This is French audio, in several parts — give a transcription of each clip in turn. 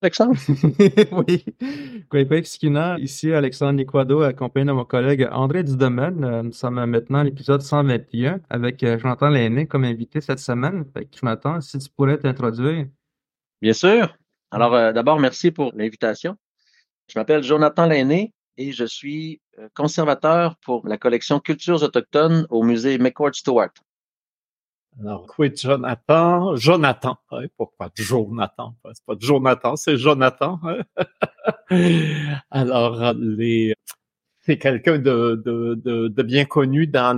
Alexandre? Oui, Québec Skinner, ici Alexandre Niquado, accompagné de mon collègue André Dudemaine. Nous sommes maintenant à l'épisode 121 avec Jonathan Lainé comme invité cette semaine. Fait que Jonathan, si tu pourrais t'introduire. Bien sûr. Alors, d'abord, merci pour l'invitation. Je m'appelle Jonathan Lainé et je suis conservateur pour la collection Cultures autochtones au musée McCord Stewart. Alors, oui, Jonathan, ouais, pourquoi Jonathan? C'est pas Jonathan, c'est Jonathan. Alors, c'est quelqu'un de bien connu dans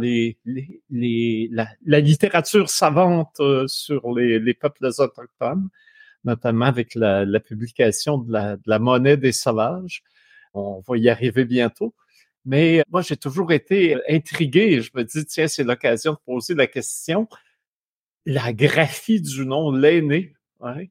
la littérature savante sur les peuples autochtones, notamment avec la publication de la Monnaie des Sauvages. On va y arriver bientôt. Mais moi, j'ai toujours été intrigué. Je me dis, tiens, c'est l'occasion de poser la question. La graphie du nom Lainé, ouais,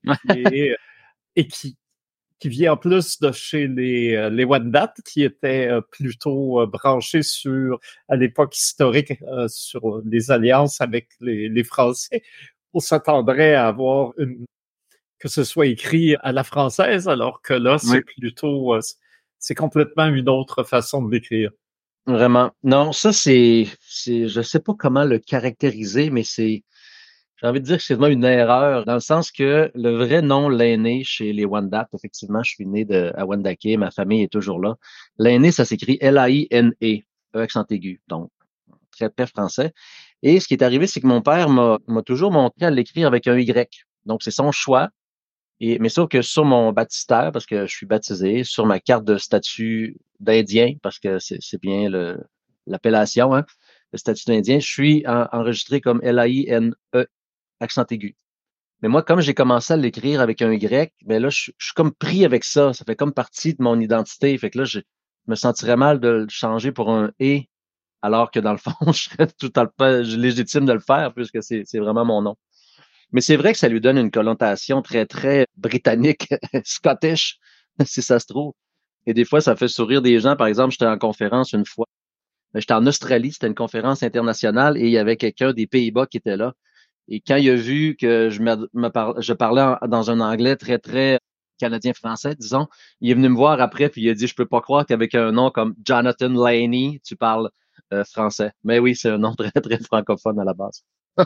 et qui vient en plus de chez les Wendat, qui étaient plutôt branchés sur, à l'époque historique, sur les alliances avec les Français. On s'attendrait à avoir que ce soit écrit à la française, alors que là, Oui, c'est plutôt, c'est complètement une autre façon de l'écrire. vraiment. Non, ça, je sais pas comment le caractériser, mais j'ai envie de dire que c'est vraiment une erreur, dans le sens que le vrai nom Lainé chez les Wendat, effectivement, je suis né à Wendake, ma famille est toujours là. Lainé, ça s'écrit L-A-I-N-E, accent aigu, donc très très français. Et ce qui est arrivé, c'est que mon père m'a toujours montré à l'écrire avec un Y. Donc, c'est son choix. Mais sauf que sur mon baptistère, parce que je suis baptisé, sur ma carte de statut d'Indien, parce que c'est bien l'appellation, hein, le statut d'Indien, je suis enregistré comme L-A-I-N-E, accent aigu. Mais moi, comme j'ai commencé à l'écrire avec un Y, ben là, je suis comme pris avec ça. Ça fait comme partie de mon identité. Fait que là, je me sentirais mal de le changer pour un E, alors que dans le fond, je serais tout à fait légitime de le faire, puisque c'est vraiment mon nom. Mais c'est vrai que ça lui donne une connotation très, très britannique, scottish, si ça se trouve. Et des fois, ça fait sourire des gens. Par exemple, j'étais en conférence une fois. J'étais en Australie, c'était une conférence internationale et il y avait quelqu'un des Pays-Bas qui était là. Et quand il a vu que je parlais dans un anglais très, très canadien-français, disons, il est venu me voir après puis il a dit, je peux pas croire qu'avec un nom comme Jonathan Laney, tu parles français. Mais oui, c'est un nom très, très francophone à la base.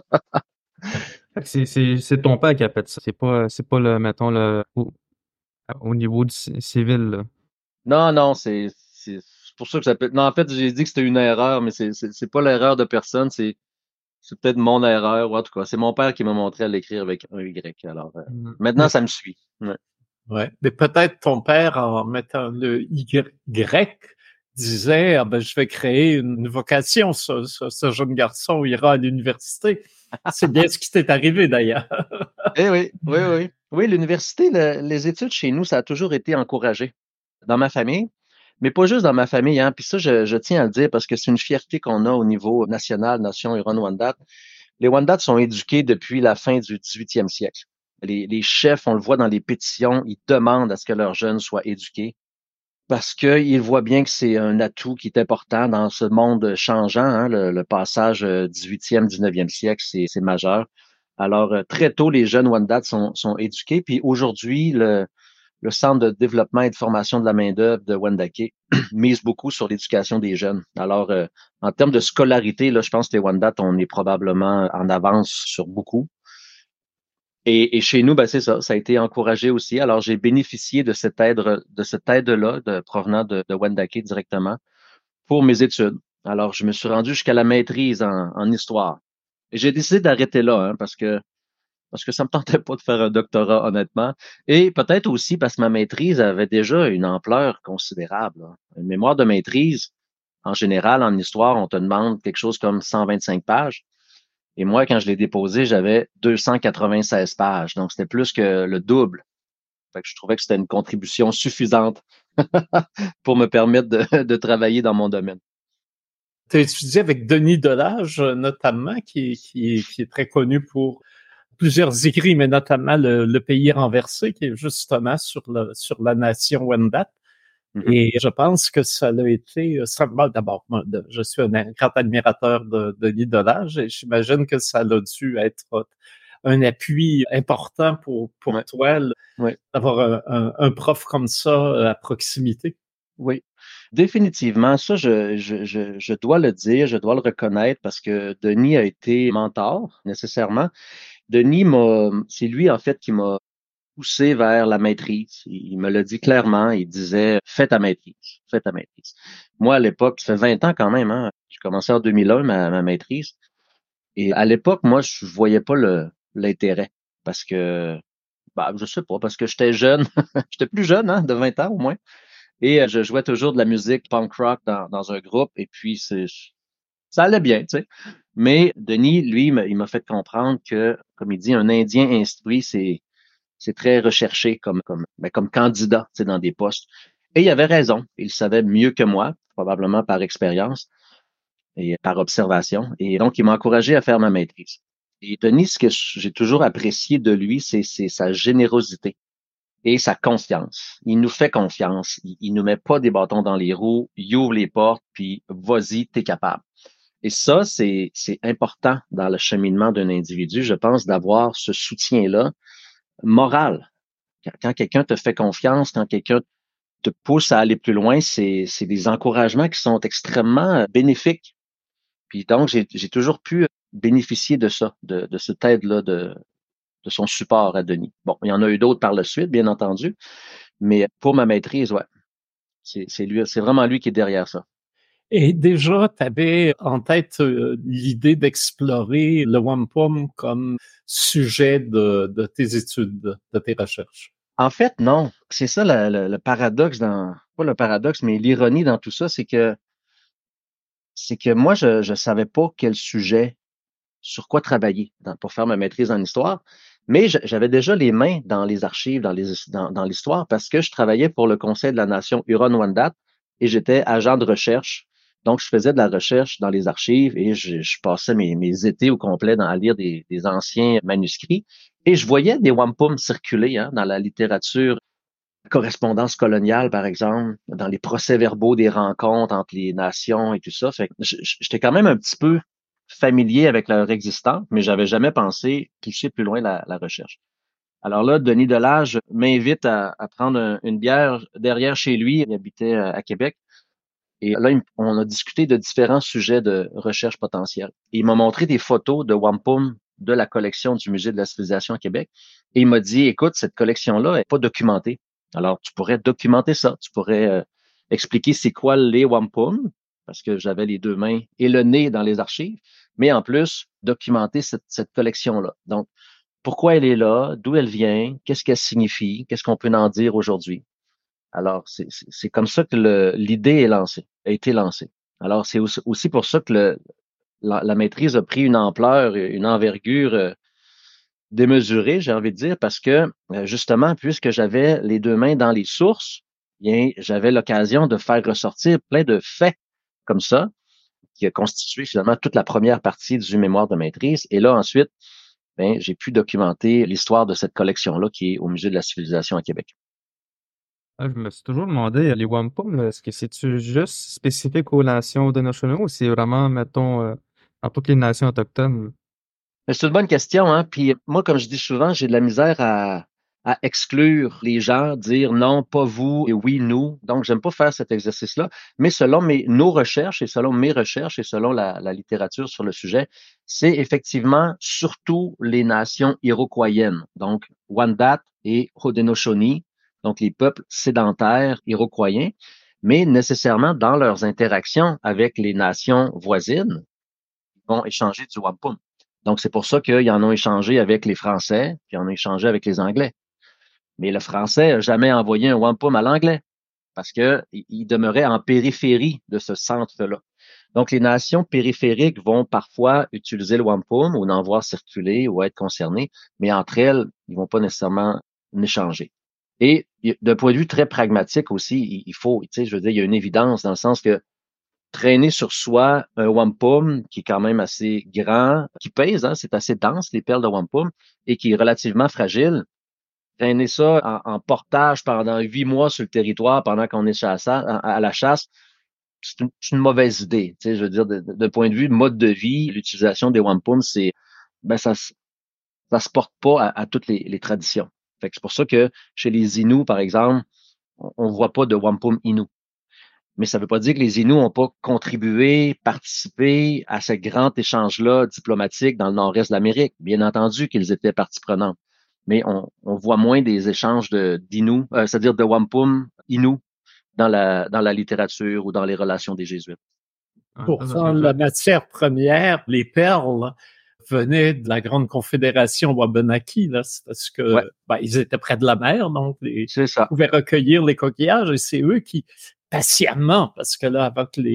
Fait que c'est ton père qui a fait ça. C'est pas le, mettons, au niveau civil, là. Non, non, c'est pour ça que ça peut. Non, en fait, j'ai dit que c'était une erreur, mais c'est pas l'erreur de personne, c'est peut-être mon erreur, ou en tout cas, c'est mon père qui m'a montré à l'écrire avec un Y. Alors, Mhm. maintenant, Mais ça me suit. Ouais. ouais. Mais peut-être ton père, en mettant le Y, disait, ah ben, je vais créer une vocation. Ce jeune garçon ira à l'université. C'est bien ce qui t'est arrivé, d'ailleurs. Eh oui, oui, oui. Oui, l'université, les études chez nous, ça a toujours été encouragé dans ma famille, mais pas juste dans ma famille, hein. Puis ça, je tiens à le dire parce que c'est une fierté qu'on a au niveau national, Nation Huron-Wendat. Les Wendat sont éduqués depuis la fin du 18e siècle. Les chefs, on le voit dans les pétitions, ils demandent à ce que leurs jeunes soient éduqués parce qu'ils voient bien que c'est un atout qui est important dans ce monde changeant. Hein, le passage 18e, 19e siècle, c'est majeur. Alors, très tôt, les jeunes Wendat sont éduqués. Puis aujourd'hui, le Centre de développement et de formation de la main-d'œuvre de Wendake mise beaucoup sur l'éducation des jeunes. Alors, en termes de scolarité, là, je pense que les Wendat, on est probablement en avance sur beaucoup. Et chez nous, ben, c'est ça, ça a été encouragé aussi. Alors, j'ai bénéficié de cette aide-là, provenant de Wendake directement, pour mes études. Alors, je me suis rendu jusqu'à la maîtrise en histoire. Et j'ai décidé d'arrêter là, hein, parce que ça me tentait pas de faire un doctorat, honnêtement. Et peut-être aussi parce que ma maîtrise avait déjà une ampleur considérable, hein. Une mémoire de maîtrise, en général, en histoire, on te demande quelque chose comme 125 pages. Et moi, quand je l'ai déposé, j'avais 296 pages. Donc, c'était plus que le double. Fait que je trouvais que c'était une contribution suffisante pour me permettre de travailler dans mon domaine. Tu as étudié avec Denis Delage, notamment, qui est très connu pour plusieurs écrits, mais notamment le Pays renversé, qui est justement sur la nation Wendat. Mhm. Et je pense que ça a été, d'abord, moi, je suis un grand admirateur de Denis Delage et j'imagine que ça a dû être un appui important pour Ouais. toi, Ouais. d'avoir un prof comme ça à proximité. Oui, définitivement. Ça, je dois le dire, je dois le reconnaître parce que Denis a été mentor, nécessairement. C'est lui, en fait, qui m'a poussé vers la maîtrise. Il me l'a dit clairement. Il disait, fais ta maîtrise, fais ta maîtrise. Moi, à l'époque, ça fait 20 ans quand même, hein. J'ai commencé en 2001, ma maîtrise. Et à l'époque, moi, je voyais pas l'intérêt parce que, bah, je sais pas, parce que j'étais jeune. J'étais plus jeune, hein, de 20 ans au moins. Et je jouais toujours de la musique punk rock dans un groupe. Et puis, ça allait bien, tu sais. Mais Denis, lui, il m'a fait comprendre que, comme il dit, un Indien instruit, c'est très recherché comme candidat, tu sais, dans des postes. Et il avait raison. Il savait mieux que moi, probablement par expérience et par observation. Et donc, il m'a encouragé à faire ma maîtrise. Et Denis, ce que j'ai toujours apprécié de lui, c'est sa générosité et sa confiance. Il nous fait confiance. Il nous met pas des bâtons dans les roues. Il ouvre les portes, puis vas-y, t'es capable. Et ça, c'est important dans le cheminement d'un individu, je pense, d'avoir ce soutien-là moral. Quand quelqu'un te fait confiance, quand quelqu'un te pousse à aller plus loin, c'est des encouragements qui sont extrêmement bénéfiques. Puis donc, j'ai toujours pu bénéficier de ça, de cette aide-là, de son support à Denis. Bon, il y en a eu d'autres par la suite, bien entendu, mais pour ma maîtrise, ouais, c'est lui, c'est vraiment lui qui est derrière ça. Et déjà, tu avais en tête l'idée d'explorer le wampum comme sujet de tes études, de tes recherches. En fait, non. C'est ça le paradoxe pas le paradoxe, mais l'ironie dans tout ça, c'est que moi, je savais pas quel sujet, sur quoi travailler pour faire ma maîtrise en histoire, mais j'avais déjà les mains dans les archives, dans l'histoire, parce que je travaillais pour le Conseil de la Nation Huron-Wendat et j'étais agent de recherche. Donc, je faisais de la recherche dans les archives et je passais mes étés au complet à lire des anciens manuscrits. Et je voyais des wampums circuler dans la littérature correspondance coloniale, par exemple, dans les procès-verbaux des rencontres entre les nations et tout ça. Fait que j'étais quand même un petit peu familier avec leur existence, mais j'avais jamais pensé pousser plus loin la recherche. Alors là, Denis Delage m'invite à prendre une bière derrière chez lui. Il habitait à Québec. Et là, on a discuté de différents sujets de recherche potentielle. Et il m'a montré des photos de wampum de la collection du Musée de la civilisation à Québec. Et il m'a dit, écoute, cette collection-là n'est pas documentée. Alors, tu pourrais documenter ça. Tu pourrais expliquer c'est quoi les wampum, parce que j'avais les deux mains et le nez dans les archives, mais en plus, documenter cette collection-là. Donc, pourquoi elle est là, d'où elle vient, qu'est-ce qu'elle signifie, qu'est-ce qu'on peut en dire aujourd'hui. Alors, c'est comme ça que l'idée a été lancée. Alors, c'est aussi pour ça que la maîtrise a pris une ampleur, une envergure démesurée, j'ai envie de dire, parce que justement, puisque j'avais les deux mains dans les sources, bien, j'avais l'occasion de faire ressortir plein de faits comme ça, qui a constitué finalement toute la première partie du mémoire de maîtrise. Et là, ensuite, bien, j'ai pu documenter l'histoire de cette collection-là qui est au Musée de la civilisation à Québec. Ah, je me suis toujours demandé, les wampum, est-ce que c'est-tu juste spécifique aux nations Haudenosaunee ou c'est vraiment, mettons, à toutes les nations autochtones? Mais c'est une bonne question, hein. Puis moi, comme je dis souvent, j'ai de la misère à exclure les gens, dire non, pas vous et oui, nous. Donc, j'aime pas faire cet exercice-là. Mais selon nos recherches et selon mes recherches et selon la littérature sur le sujet, c'est effectivement surtout les nations iroquoiennes. Donc, Wendat et Haudenosaunee, donc les peuples sédentaires iroquoiens, mais nécessairement dans leurs interactions avec les nations voisines, ils vont échanger du wampum. Donc, c'est pour ça qu'ils en ont échangé avec les Français, puis ils en ont échangé avec les Anglais. Mais le Français n'a jamais envoyé un wampum à l'Anglais parce qu'il demeurait en périphérie de ce centre-là. Donc, les nations périphériques vont parfois utiliser le wampum ou en voir circuler ou être concernées, mais entre elles, ils vont pas nécessairement échanger. Et d'un point de vue très pragmatique aussi, il faut, tu sais, je veux dire, il y a une évidence dans le sens que traîner sur soi un wampum qui est quand même assez grand, qui pèse, hein, c'est assez dense, les perles de wampum, et qui est relativement fragile. Traîner ça en portage pendant 8 mois sur le territoire pendant qu'on est à la chasse, c'est une mauvaise idée. Tu sais, je veux dire, de point de vue de mode de vie, l'utilisation des wampums, ben ça, ça se porte pas à toutes les traditions. Fait que c'est pour ça que chez les Inuits, par exemple, on voit pas de wampum Innu. Mais ça veut pas dire que les Inuits n'ont pas contribué, participé à ce grand échange-là diplomatique dans le nord-est de l'Amérique. Bien entendu qu'ils étaient partie prenante. Mais on voit moins des échanges d'Inuits, c'est-à-dire de wampum Innu dans la littérature ou dans les relations des Jésuites. Pourtant, la matière première, les perles, venaient de la grande confédération Wabanaki, là, c'est parce que ils étaient près de la mer, donc ils pouvaient recueillir les coquillages, et c'est eux qui, patiemment, parce que là, avant que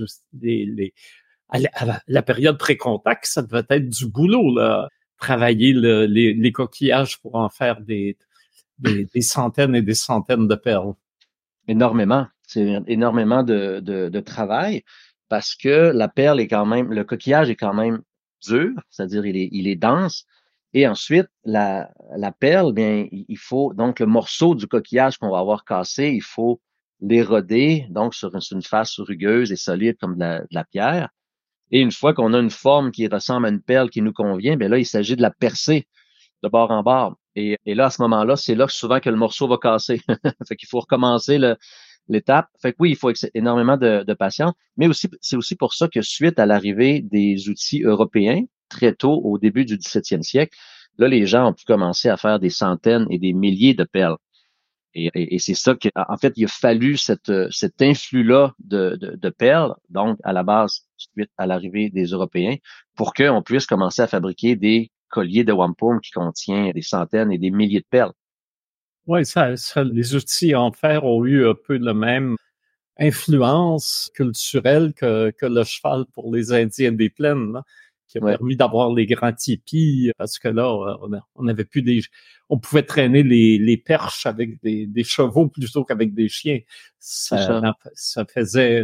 à la période pré-contact, ça devait être du boulot, là, travailler les coquillages pour en faire des centaines et des centaines de perles. Énormément. C'est énormément de travail parce que la perle est quand même, le coquillage est quand même dur, c'est-à-dire il est dense. Et ensuite, la perle, bien, il faut, donc le morceau du coquillage qu'on va avoir cassé, il faut l'éroder, donc sur une face rugueuse et solide comme de la pierre. Et une fois qu'on a une forme qui ressemble à une perle qui nous convient, bien là, il s'agit de la percer de bord en bord. Et là, à ce moment-là, c'est là souvent que le morceau va casser. Fait qu'il faut recommencer l'étape. Fait que oui, il faut énormément de patience. Mais aussi, c'est aussi pour ça que suite à l'arrivée des outils européens, très tôt, au début du 17e siècle, là, les gens ont pu commencer à faire des centaines et des milliers de perles. Et c'est ça en fait, il a fallu cet influx-là de perles, donc à la base, suite à l'arrivée des Européens, pour qu'on puisse commencer à fabriquer des colliers de wampum qui contient des centaines et des milliers de perles. Oui, les outils en fer ont eu un peu la même influence culturelle que le cheval pour les Indiens des plaines, là, qui a permis d'avoir les grands tipis, parce que là, on avait plus on pouvait traîner les perches avec des chevaux plutôt qu'avec des chiens. Ça faisait,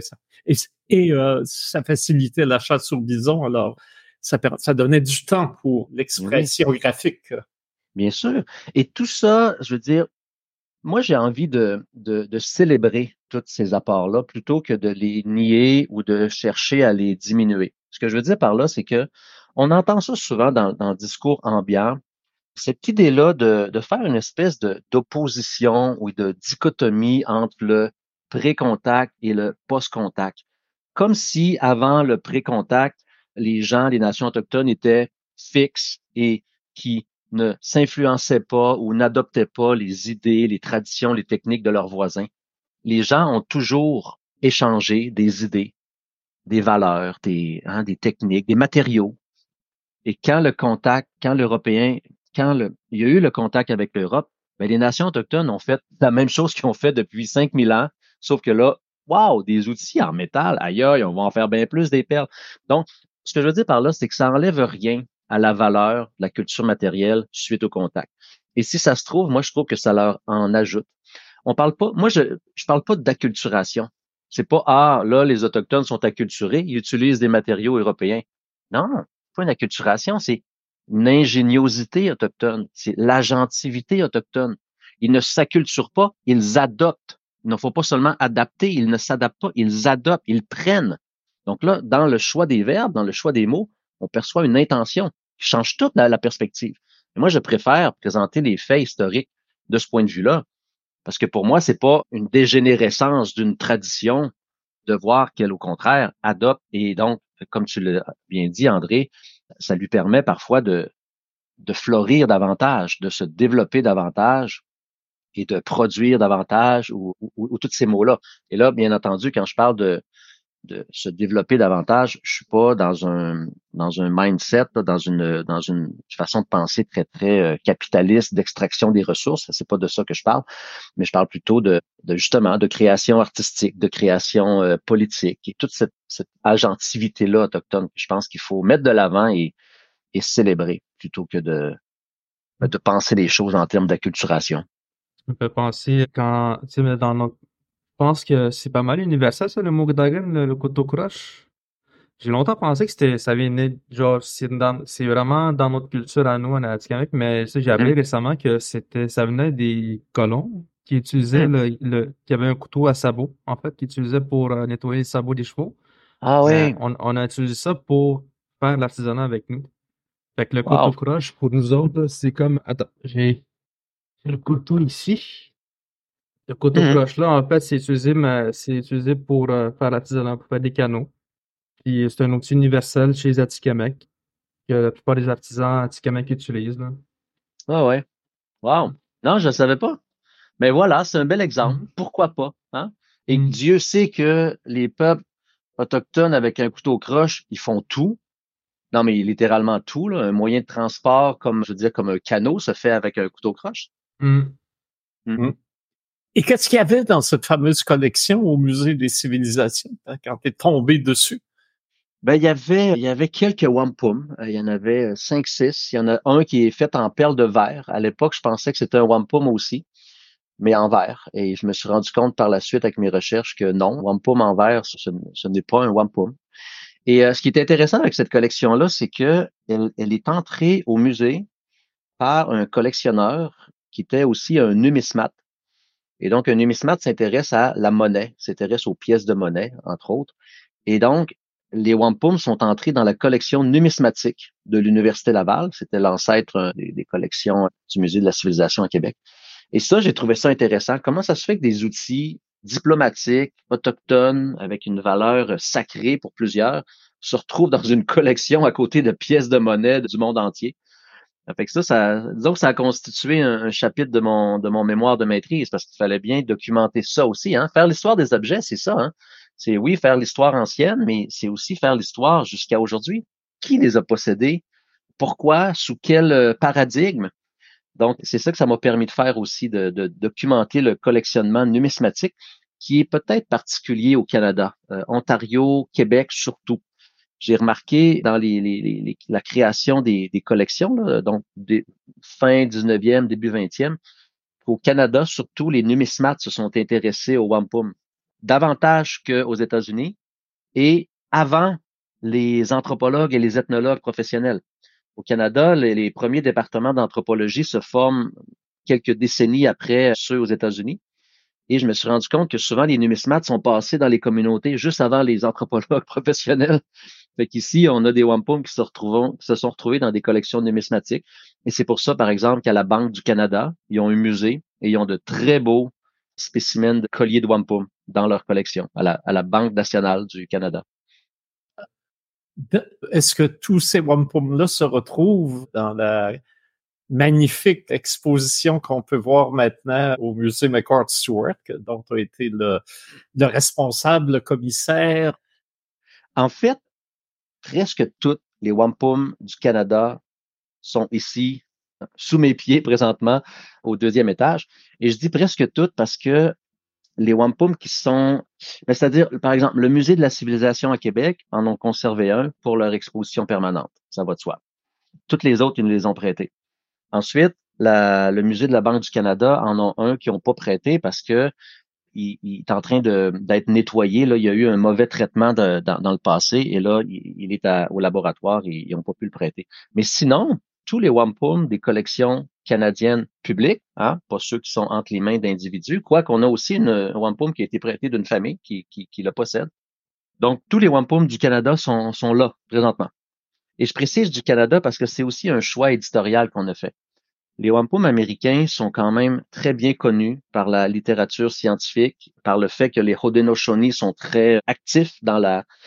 ça facilitait la chasse au bison, alors ça donnait du temps pour l'expression graphique. Bien sûr. Et tout ça, je veux dire, moi, j'ai envie de célébrer tous ces apports-là plutôt que de les nier ou de chercher à les diminuer. Ce que je veux dire par là, c'est que on entend ça souvent dans le discours ambiant, cette idée-là de faire une espèce d'opposition ou de dichotomie entre le pré-contact et le post-contact. Comme si avant le pré-contact, les gens, les nations autochtones étaient fixes et qui ne s'influençaient pas ou n'adoptaient pas les idées, les traditions, les techniques de leurs voisins. Les gens ont toujours échangé des idées, des valeurs, des techniques, des matériaux. Et quand il y a eu le contact avec l'Europe, ben, les nations autochtones ont fait la même chose qu'ils ont fait depuis 5000 ans, sauf que là, wow, des outils en métal, aïe aïe, on va en faire bien plus des perles. Donc, ce que je veux dire par là, c'est que ça enlève rien à la valeur de la culture matérielle suite au contact. Et si ça se trouve, moi, je trouve que ça leur en ajoute. On parle pas, moi, je parle pas d'acculturation. C'est pas, là, les Autochtones sont acculturés, ils utilisent des matériaux européens. Non, pas une acculturation, c'est une ingéniosité autochtone, c'est l'agentivité autochtone. Ils ne s'acculturent pas, ils adoptent. Il ne faut pas seulement adapter, ils ne s'adaptent pas, ils adoptent, ils prennent. Donc là, dans le choix des verbes, dans le choix des mots, on perçoit une intention qui change toute la perspective. Et moi, je préfère présenter les faits historiques de ce point de vue-là, parce que pour moi, c'est pas une dégénérescence d'une tradition de voir qu'elle, au contraire, adopte et donc, comme tu l'as bien dit, André, ça lui permet parfois de florir davantage, de se développer davantage et de produire davantage ou tous ces mots-là. Et là, bien entendu, quand je parle de se développer davantage, je suis pas dans un mindset, là, dans une façon de penser très très capitaliste d'extraction des ressources. C'est pas de ça que je parle, mais je parle plutôt de justement de création artistique, de création politique et toute cette agentivité là autochtone. Je pense qu'il faut mettre de l'avant et célébrer plutôt que de penser les choses en termes d'acculturation. Ça me fait penser quand, tu sais, mais je pense que c'est pas mal universel, ça, le Mugdagan, le couteau croche. J'ai longtemps pensé que ça venait, genre, c'est vraiment dans notre culture à nous, en Atikamek, mais ça, j'ai appris récemment que ça venait des colons qui utilisaient qui avaient un couteau à sabot, en fait, qui utilisaient pour nettoyer les sabots des chevaux. Ah oui. On a utilisé ça pour faire l'artisanat avec nous. Fait que le couteau Wow. croche, pour nous autres, là, c'est comme... Attends, j'ai le couteau ici. Le couteau Mhm. croche là, en fait, c'est utilisé pour faire l'artisanat, pour faire des canaux. Puis c'est un outil universel chez les Atikamekw que la plupart des artisans Atikamekw utilisent, là. Ah ouais. Wow. Non, je ne savais pas. Mais voilà, c'est un bel exemple. Mhm. Pourquoi pas, hein? Et Mhm. Dieu sait que les peuples autochtones avec un couteau croche, ils font tout. Non, mais littéralement tout, là. Un moyen de transport, comme je veux dire, comme un canot, se fait avec un couteau croche. Mhm. Hmm. Mm. Et qu'est-ce qu'il y avait dans cette fameuse collection au Musée des civilisations quand tu es tombé dessus? Ben, il y avait quelques wampum. Il y en avait 5, 6. Il y en a un qui est fait en perles de verre. À l'époque, je pensais que c'était un wampum aussi, mais en verre. Et je me suis rendu compte par la suite avec mes recherches que non, wampum en verre, ce n'est pas un wampum. Et ce qui est intéressant avec cette collection-là, c'est que elle est entrée au musée par un collectionneur qui était aussi un numismate. Et donc, un numismate s'intéresse à la monnaie, s'intéresse aux pièces de monnaie, entre autres. Et donc, les wampum sont entrés dans la collection numismatique de l'Université Laval. C'était l'ancêtre des collections du Musée de la civilisation à Québec. Et ça, j'ai trouvé ça intéressant. Comment ça se fait que des outils diplomatiques, autochtones, avec une valeur sacrée pour plusieurs, se retrouvent dans une collection à côté de pièces de monnaie du monde entier? Fait que disons que ça a constitué un chapitre de mon mémoire de maîtrise parce qu'il fallait bien documenter ça aussi, hein. Faire l'histoire des objets, c'est ça, hein. C'est oui, faire l'histoire ancienne, mais c'est aussi faire l'histoire jusqu'à aujourd'hui. Qui les a possédés? Pourquoi? Sous quel paradigme? Donc, c'est ça que ça m'a permis de faire aussi, de documenter le collectionnement numismatique qui est peut-être particulier au Canada, Ontario, Québec surtout. J'ai remarqué dans la création des collections, là, donc fin 19e, début 20e, qu'au Canada, surtout, les numismates se sont intéressés au wampum davantage qu'aux États-Unis et avant les anthropologues et les ethnologues professionnels. Au Canada, les premiers départements d'anthropologie se forment quelques décennies après ceux aux États-Unis. Et je me suis rendu compte que souvent les numismates sont passés dans les communautés juste avant les anthropologues professionnels. Fait qu'ici, on a des wampum qui se sont retrouvés dans des collections numismatiques. Et c'est pour ça, par exemple, qu'à la Banque du Canada, ils ont un musée et ils ont de très beaux spécimens de colliers de wampum dans leur collection, à la Banque nationale du Canada. Est-ce que tous ces wampums-là se retrouvent dans la magnifique exposition qu'on peut voir maintenant au musée McCord-Stewart, dont tu as été le responsable, le commissaire? En fait, presque toutes les wampum du Canada sont ici, sous mes pieds présentement, au deuxième étage. Et je dis presque toutes parce que les wampum qui sont, c'est-à-dire, par exemple, le Musée de la civilisation à Québec en ont conservé un pour leur exposition permanente. Ça va de soi. Toutes les autres, ils nous les ont prêtés. Ensuite, le Musée de la Banque du Canada en ont un qui n'ont pas prêté parce que il est en train d'être nettoyé. Là, il y a eu un mauvais traitement dans le passé et là, il est au laboratoire et ils n'ont pas pu le prêter. Mais sinon, tous les wampum des collections canadiennes publiques, hein, pas ceux qui sont entre les mains d'individus, quoiqu'on a aussi un wampum qui a été prêté d'une famille qui le possède. Donc, tous les wampum du Canada sont là présentement. Et je précise du Canada parce que c'est aussi un choix éditorial qu'on a fait. Les wampum américains sont quand même très bien connus par la littérature scientifique, par le fait que les Haudenosaunee sont très actifs dans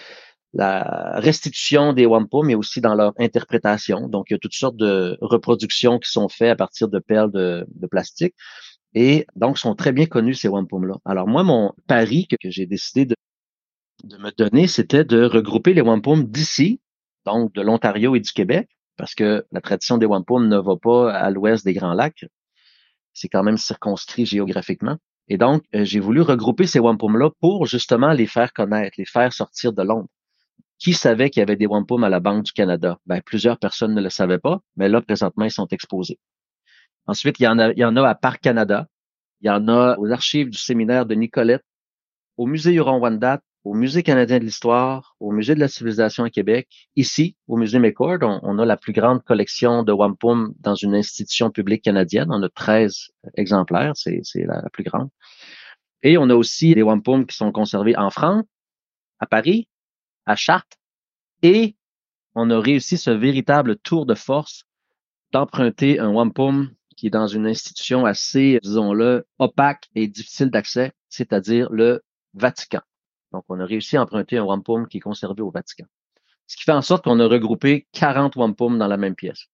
la restitution des wampum, mais aussi dans leur interprétation. Donc, il y a toutes sortes de reproductions qui sont faites à partir de perles de plastique. Et donc, sont très bien connus, ces wampum-là. Alors, moi, mon pari que j'ai décidé de me donner, c'était de regrouper les wampum d'ici, donc de l'Ontario et du Québec, parce que la tradition des wampum ne va pas à l'ouest des Grands Lacs. C'est quand même circonscrit géographiquement. Et donc, j'ai voulu regrouper ces wampum-là pour justement les faire connaître, les faire sortir de l'ombre. Qui savait qu'il y avait des wampum à la Banque du Canada? Ben, plusieurs personnes ne le savaient pas, mais là, présentement, ils sont exposés. Ensuite, il y en a à Parc Canada, il y en a aux archives du séminaire de Nicolette, au Musée Huron-Wendat, au Musée canadien de l'histoire, au Musée de la civilisation à Québec. Ici, au Musée McCord, on a la plus grande collection de wampum dans une institution publique canadienne. On a 13 exemplaires, c'est la plus grande. Et on a aussi des wampum qui sont conservés en France, à Paris, à Chartres, et on a réussi ce véritable tour de force d'emprunter un wampum qui est dans une institution assez, disons-le, opaque et difficile d'accès, c'est-à-dire le Vatican. Donc, on a réussi à emprunter un wampum qui est conservé au Vatican. Ce qui fait en sorte qu'on a regroupé 40 wampums dans la même pièce.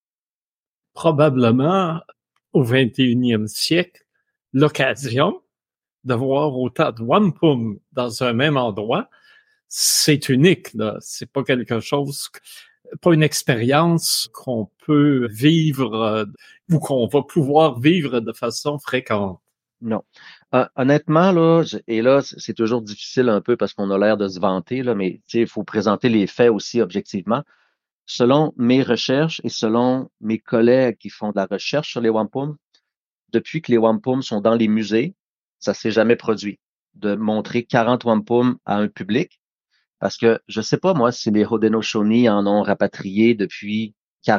Probablement, au 21e siècle, l'occasion de voir autant de wampum dans un même endroit, c'est unique, là. C'est pas quelque chose, pas une expérience qu'on peut vivre ou qu'on va pouvoir vivre de façon fréquente. Non. Honnêtement, là, et là, c'est toujours difficile un peu parce qu'on a l'air de se vanter, là, mais il faut présenter les faits aussi objectivement. Selon mes recherches et selon mes collègues qui font de la recherche sur les wampums, depuis que les wampums sont dans les musées, ça s'est jamais produit de montrer 40 wampums à un public. Parce que je sais pas, moi, si les Haudenosaunee en ont rapatrié depuis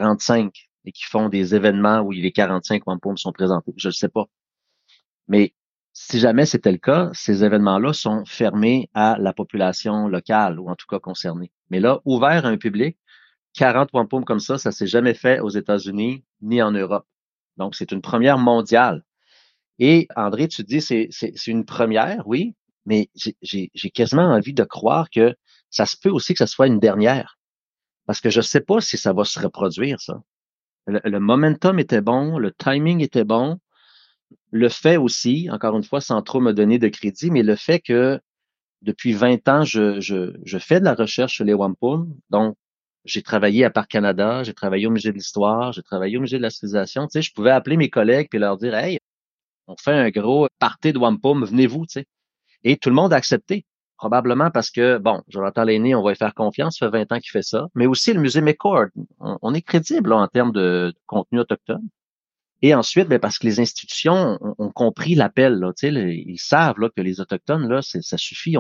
45 et qui font des événements où les 45 wampums sont présentés. Je ne sais pas. Mais si jamais c'était le cas, ces événements-là sont fermés à la population locale ou en tout cas concernée. Mais là, ouvert à un public, 40 wampums comme ça s'est jamais fait aux États-Unis ni en Europe. Donc, c'est une première mondiale. Et André, tu dis c'est une première, oui, mais j'ai quasiment envie de croire que ça se peut aussi que ce soit une dernière. Parce que je sais pas si ça va se reproduire, ça. Le momentum était bon, le timing était bon. Le fait aussi, encore une fois, sans trop me donner de crédit, mais le fait que depuis 20 ans, je fais de la recherche sur les wampums. Donc, j'ai travaillé à Parc Canada, j'ai travaillé au Musée de l'Histoire, j'ai travaillé au Musée de la Civilisation. Tu sais, je pouvais appeler mes collègues et leur dire, hey, on fait un gros party de wampum, venez-vous, tu sais. Et tout le monde a accepté. Probablement parce que, bon, Jonathan Lainé, on va y faire confiance, ça fait 20 ans qu'il fait ça. Mais aussi le musée McCord. On est crédible là, en termes de contenu autochtone. Et ensuite, ben, parce que les institutions ont compris l'appel, là, tu sais, ils savent là, que les Autochtones, là, ça suffit,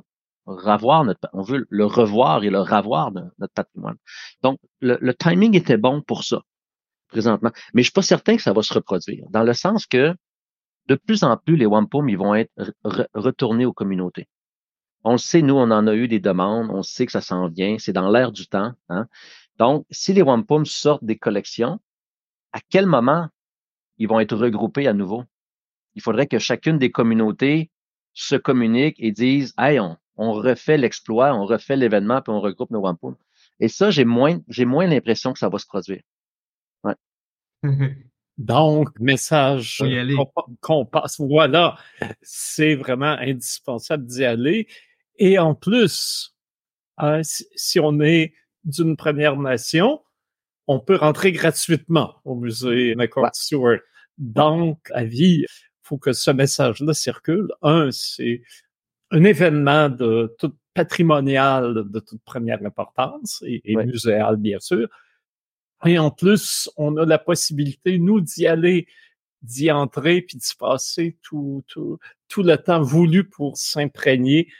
on veut le revoir et le ravoir de notre patrimoine. Donc, le timing était bon pour ça, présentement. Mais je suis pas certain que ça va se reproduire, dans le sens que de plus en plus, les wampums, ils vont être retournés aux communautés. On le sait, nous, on en a eu des demandes, on sait que ça s'en vient, c'est dans l'air du temps. Hein? Donc, si les wampums sortent des collections, à quel moment ils vont être regroupés à nouveau? Il faudrait que chacune des communautés se communique et dise, hey, on refait l'exploit, on refait l'événement, puis on regroupe nos wampums. Et ça, j'ai moins l'impression que ça va se produire. Ouais. Donc, message Faut y aller. qu'on passe, voilà, c'est vraiment indispensable d'y aller. Et en plus, si on est d'une Première Nation, on peut rentrer gratuitement au musée McCord Stewart. Donc, à vie, faut que ce message-là circule. C'est un événement de toute patrimonial de toute première importance et muséal, bien sûr. Et en plus, on a la possibilité, nous, d'y aller, d'y entrer, puis d'y passer tout le temps voulu pour s'imprégner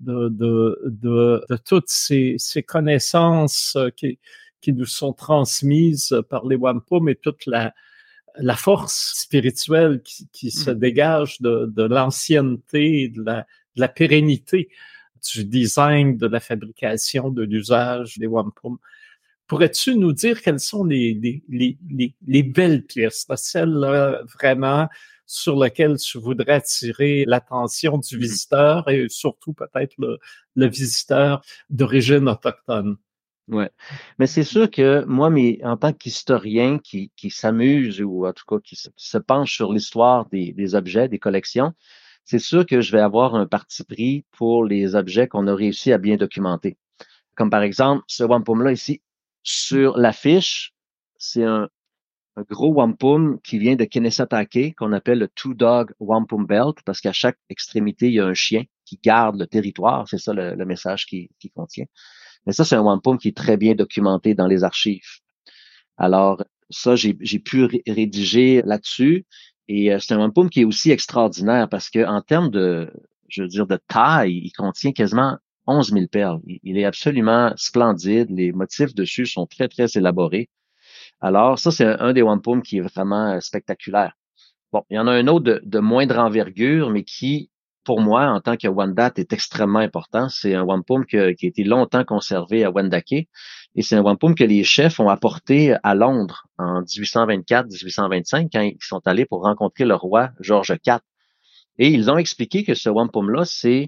de toutes ces connaissances qui nous sont transmises par les wampum et toute la force spirituelle qui se dégage de l'ancienneté, de la pérennité du design, de la fabrication, de l'usage des wampum. Pourrais-tu nous dire quelles sont les belles pièces, celles vraiment sur lesquelles tu voudrais attirer l'attention du visiteur et surtout peut-être le visiteur d'origine autochtone? Ouais. Mais c'est sûr que moi, en tant qu'historien qui s'amuse ou en tout cas qui se penche sur l'histoire des objets, des collections, c'est sûr que je vais avoir un parti pris pour les objets qu'on a réussi à bien documenter. Comme par exemple, ce wampum-là ici, sur l'affiche, c'est un gros wampum qui vient de Kennesaw-Take, qu'on appelle le Two Dog Wampum Belt, parce qu'à chaque extrémité, il y a un chien qui garde le territoire. C'est ça le message qui contient. Mais ça, c'est un wampum qui est très bien documenté dans les archives. Alors, ça, j'ai pu rédiger là-dessus. Et c'est un wampum qui est aussi extraordinaire parce que en termes de taille, il contient quasiment 11 000 perles. Il est absolument splendide. Les motifs dessus sont très, très élaborés. Alors, ça, c'est un des wampums qui est vraiment spectaculaire. Bon, il y en a un autre de moindre envergure, mais qui, pour moi, en tant que Wendat, est extrêmement important. C'est un wampum qui a été longtemps conservé à Wendake. Et c'est un wampum que les chefs ont apporté à Londres en 1824-1825 quand ils sont allés pour rencontrer le roi George IV. Et ils ont expliqué que ce wampum-là,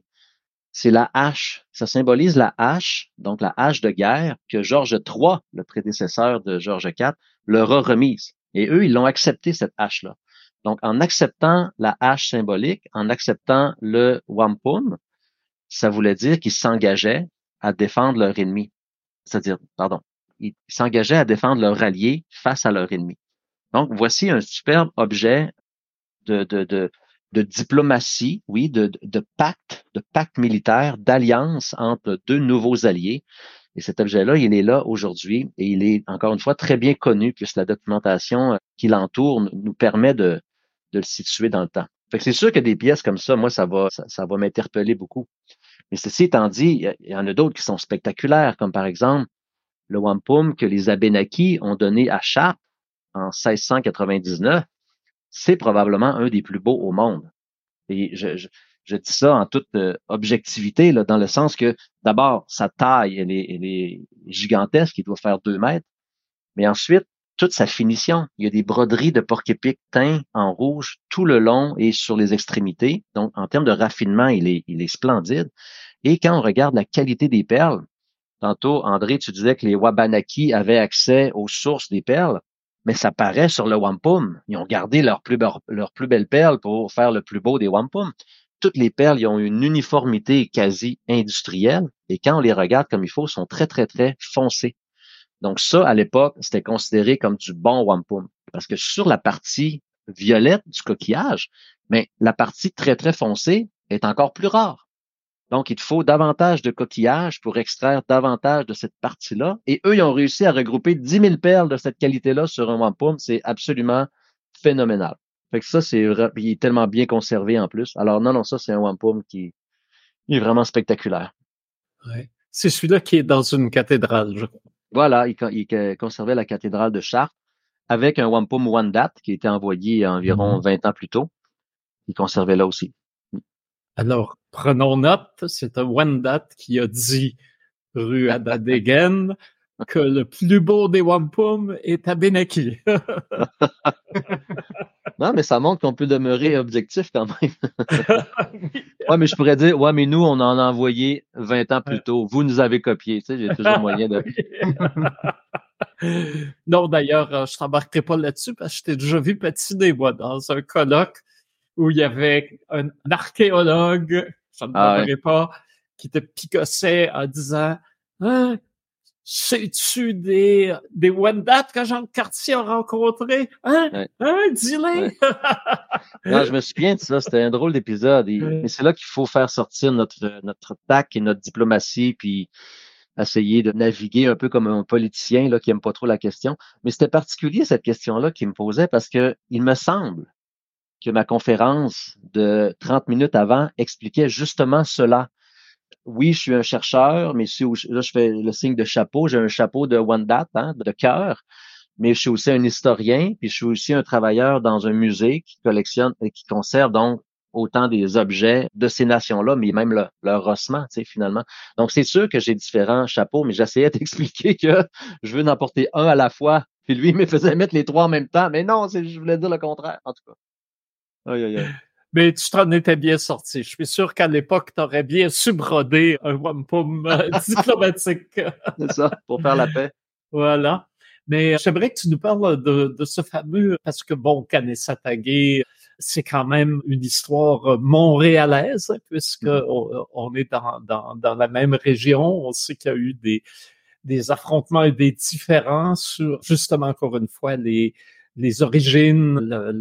c'est la hache. Ça symbolise la hache, donc la hache de guerre que George III, le prédécesseur de George IV, leur a remise. Et eux, ils l'ont accepté, cette hache-là. Donc, en acceptant la hache symbolique, en acceptant le wampum, ça voulait dire qu'ils s'engageaient à défendre leur ennemi. C'est-à-dire, pardon, ils s'engageaient à défendre leur allié face à leur ennemi. Donc, voici un superbe objet de, de, de, de diplomatie, oui, de pacte militaire, d'alliance entre deux nouveaux alliés. Et cet objet-là, il est là aujourd'hui et il est, encore une fois, très bien connu puisque la documentation qui l'entoure nous permet de le situer dans le temps. Fait que c'est sûr que des pièces comme ça, moi, ça va m'interpeller beaucoup. Mais ceci étant dit, il y en a d'autres qui sont spectaculaires, comme par exemple le wampum que les Abénakis ont donné à Chartres en 1699. C'est probablement un des plus beaux au monde. Et je dis ça en toute objectivité, là, dans le sens que, d'abord, sa taille, elle est gigantesque, il doit faire 2 mètres, mais ensuite, toute sa finition. Il y a des broderies de porc-épic teints en rouge tout le long et sur les extrémités. Donc, en termes de raffinement, il est splendide. Et quand on regarde la qualité des perles, tantôt, André, tu disais que les Wabanaki avaient accès aux sources des perles, mais ça paraît sur le wampum. Ils ont gardé leurs plus belles perles pour faire le plus beau des wampums. Toutes les perles, ils ont une uniformité quasi industrielle, et quand on les regarde comme il faut, sont très, très, très foncées. Donc ça, à l'époque, c'était considéré comme du bon wampum. Parce que sur la partie violette du coquillage, mais la partie très, très foncée est encore plus rare. Donc, il te faut davantage de coquillages pour extraire davantage de cette partie-là. Et eux, ils ont réussi à regrouper 10 000 perles de cette qualité-là sur un wampum. C'est absolument phénoménal. Fait que ça, il est tellement bien conservé en plus. Alors non, ça, c'est un wampum qui est vraiment spectaculaire. Ouais. C'est celui-là qui est dans une cathédrale, je crois. Voilà, il conservait la cathédrale de Chartres avec un wampum Wendat qui a été envoyé environ 20 ans plus tôt. Il conservait là aussi. Alors, prenons note, c'est un Wendat qui a dit, rue Adadegen, que le plus beau des wampum est Abénaki. Non, mais ça montre qu'on peut demeurer objectif quand même. Ouais, mais je pourrais dire, ouais, mais nous, on en a envoyé 20 ans plus tôt. Vous nous avez copié. Tu sais, j'ai toujours moyen de. Non, d'ailleurs, je t'embarquerai pas là-dessus parce que je t'ai déjà vu patiner, moi, dans un colloque où il y avait un archéologue, je ne nommerai pas, qui te picossait en disant, hein, sais-tu des Wendat que Jean Cartier a rencontrés? Hein? Ouais. Hein? Dis-les! Ouais. Non, je me souviens de ça. C'était un drôle d'épisode. Mais c'est là qu'il faut faire sortir notre tact et notre diplomatie, puis essayer de naviguer un peu comme un politicien là, qui aime pas trop la question. Mais c'était particulier, cette question-là, qui me posait parce que il me semble que ma conférence de 30 minutes avant expliquait justement cela. Oui, je suis un chercheur, mais là, je fais le signe de chapeau. J'ai un chapeau de Wendat, hein, de cœur, mais je suis aussi un historien, puis je suis aussi un travailleur dans un musée qui collectionne et qui conserve donc autant des objets de ces nations-là, mais même leur ossement, tu sais, finalement. Donc, c'est sûr que j'ai différents chapeaux, mais j'essayais d'expliquer que je veux en porter un à la fois, puis lui, il me faisait mettre les 3 en même temps. Mais non, je voulais dire le contraire, en tout cas. Aïe, aïe, aïe. Mais tu t'en étais bien sorti. Je suis sûr qu'à l'époque, tu aurais bien su broder un wampum diplomatique. C'est ça, pour faire la paix. Voilà. Mais j'aimerais que tu nous parles de ce fameux, parce que bon, Kanesatake, c'est quand même une histoire montréalaise, puisque on est dans la même région. On sait qu'il y a eu des affrontements et des différends sur, justement, encore une fois, les origines,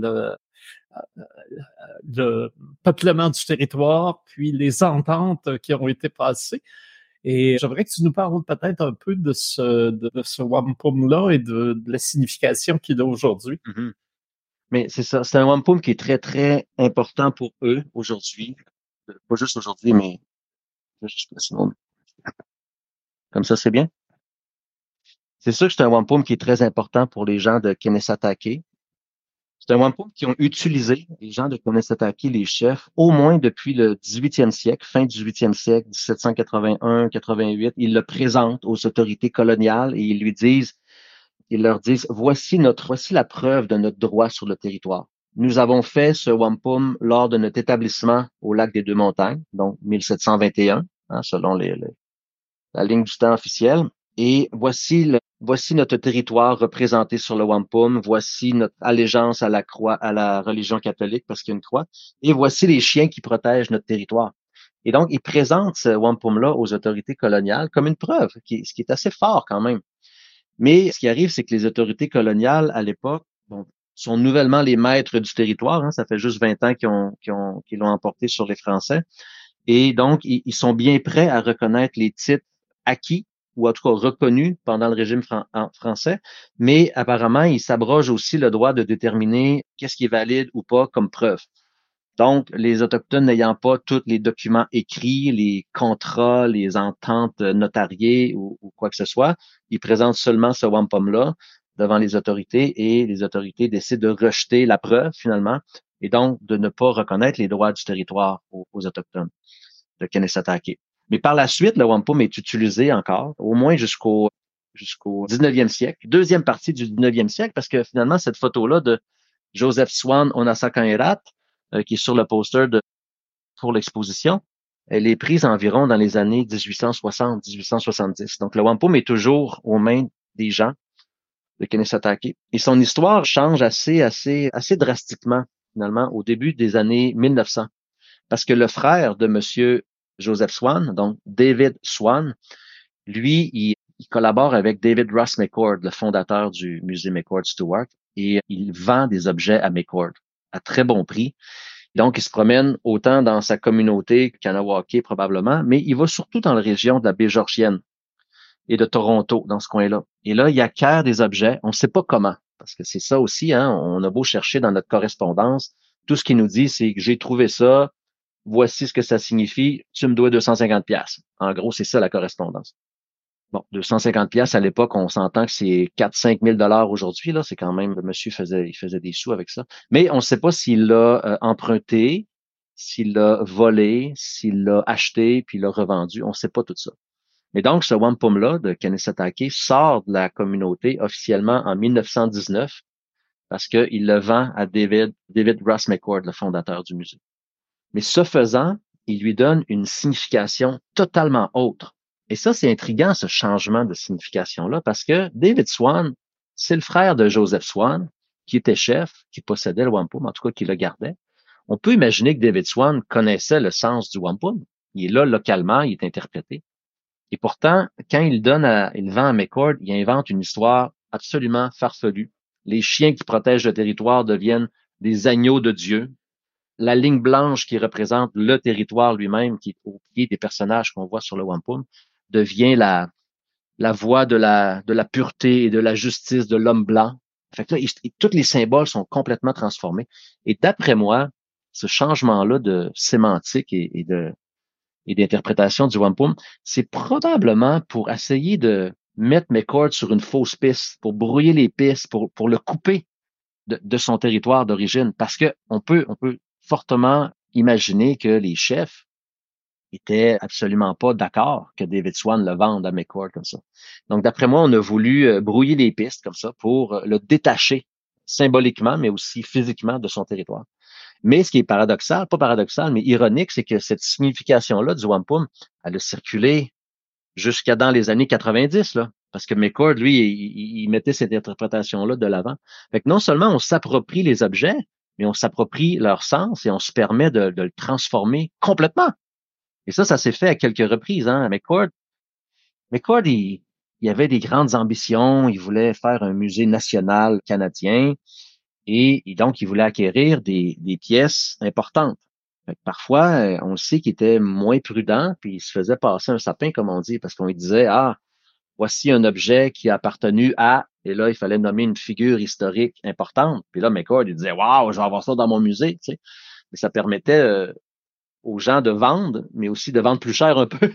le peuplement du territoire, puis les ententes qui ont été passées. Et j'aimerais que tu nous parles peut-être un peu de ce wampum-là et de la signification qu'il a aujourd'hui. Mm-hmm. Mais c'est ça, c'est un wampum qui est très, très important pour eux aujourd'hui. Pas juste aujourd'hui, mais comme ça, c'est bien. C'est sûr que c'est un wampum qui est très important pour les gens de Kanesatake. C'est un wampum qu'ils ont utilisé, les gens de Kanesatake, les chefs, au moins depuis le 18e siècle, fin 18e siècle, 1781, 88. Ils le présentent aux autorités coloniales et ils leur disent, voici la preuve de notre droit sur le territoire. Nous avons fait ce wampum lors de notre établissement au lac des Deux-Montagnes, donc 1721, hein, selon la ligne du temps officielle. Et voici notre territoire représenté sur le wampum. Voici notre allégeance à la croix, à la religion catholique parce qu'il y a une croix. Et voici les chiens qui protègent notre territoire. Et donc, ils présentent ce wampum-là aux autorités coloniales comme une preuve, ce qui est assez fort quand même. Mais ce qui arrive, c'est que les autorités coloniales, à l'époque, bon, sont nouvellement les maîtres du territoire. Hein, ça fait juste 20 ans qu'ils l'ont emporté sur les Français. Et donc, ils sont bien prêts à reconnaître les titres acquis ou en tout cas reconnus pendant le régime français, mais apparemment, ils s'abrogent aussi le droit de déterminer qu'est-ce qui est valide ou pas comme preuve. Donc, les Autochtones n'ayant pas tous les documents écrits, les contrats, les ententes notariées ou quoi que ce soit, ils présentent seulement ce wampum-là devant les autorités et les autorités décident de rejeter la preuve finalement et donc de ne pas reconnaître les droits du territoire aux Autochtones de Kanesatake. Mais par la suite, le wampum est utilisé encore, au moins jusqu'au 19e siècle, deuxième partie du 19e siècle, parce que finalement, cette photo-là de Joseph Swan Onasakanherat, qui est sur le poster pour l'exposition, elle est prise environ dans les années 1860-1870. Donc, le wampum est toujours aux mains des gens de Kanesatake. Et son histoire change assez drastiquement, finalement, au début des années 1900. Parce que le frère de Monsieur Joseph Swan, donc David Swan, lui, il collabore avec David Ross McCord, le fondateur du musée McCord Stewart, et il vend des objets à McCord à très bon prix. Donc, il se promène autant dans sa communauté Kanawake probablement, mais il va surtout dans la région de la baie Georgienne et de Toronto, dans ce coin-là. Et là, il acquiert des objets, on ne sait pas comment, parce que c'est ça aussi, hein, on a beau chercher dans notre correspondance, tout ce qu'il nous dit, c'est que j'ai trouvé ça, voici ce que ça signifie, tu me dois 250 pièces. En gros, c'est ça la correspondance. Bon, 250 pièces à l'époque, on s'entend que c'est 4-5 000 dollars aujourd'hui, là, c'est quand même, le monsieur il faisait des sous avec ça. Mais on ne sait pas s'il l'a emprunté, s'il l'a volé, s'il l'a acheté, puis l'a revendu. On ne sait pas tout ça. Mais donc, ce wampum-là de Kanesatake sort de la communauté officiellement en 1919 parce qu'il le vend à David Ross McCord, le fondateur du musée. Mais ce faisant, il lui donne une signification totalement autre. Et ça, c'est intriguant, ce changement de signification-là, parce que David Swan, c'est le frère de Joseph Swan, qui était chef, qui possédait le wampum, en tout cas qui le gardait. On peut imaginer que David Swan connaissait le sens du wampum. Il est là localement, il est interprété. Et pourtant, quand il vend à McCord, il invente une histoire absolument farfelue. Les chiens qui protègent le territoire deviennent des agneaux de Dieu. La ligne blanche qui représente le territoire lui-même, qui est au pied des personnages qu'on voit sur le wampum, devient la voie de la pureté et de la justice de l'homme blanc. Fait que là, tous les symboles sont complètement transformés. Et d'après moi, ce changement-là de sémantique et d'interprétation du wampum, c'est probablement pour essayer de mettre McCord sur une fausse piste, pour brouiller les pistes, pour le couper de son territoire d'origine. Parce que on peut fortement imaginer que les chefs étaient absolument pas d'accord que David Swan le vende à McCord comme ça. Donc, d'après moi, on a voulu brouiller les pistes comme ça pour le détacher symboliquement, mais aussi physiquement de son territoire. Mais ce qui est paradoxal, pas paradoxal, mais ironique, c'est que cette signification-là du wampum, elle a circulé jusqu'à dans les années 90, là. Parce que McCord, lui, il mettait cette interprétation-là de l'avant. Fait que non seulement on s'approprie les objets, mais on s'approprie leur sens et on se permet de le transformer complètement. Et ça s'est fait à quelques reprises, hein. McCord, il avait des grandes ambitions. Il voulait faire un musée national canadien. Et donc, il voulait acquérir des pièces importantes. Fait que parfois, on le sait qu'il était moins prudent, puis il se faisait passer un sapin, comme on dit, parce qu'on lui disait, ah, voici un objet qui a appartenu à, et là, il fallait nommer une figure historique importante. Puis là, McCord, il disait, waouh, je vais avoir ça dans mon musée, tu sais. Mais ça permettait aux gens de vendre, mais aussi de vendre plus cher un peu.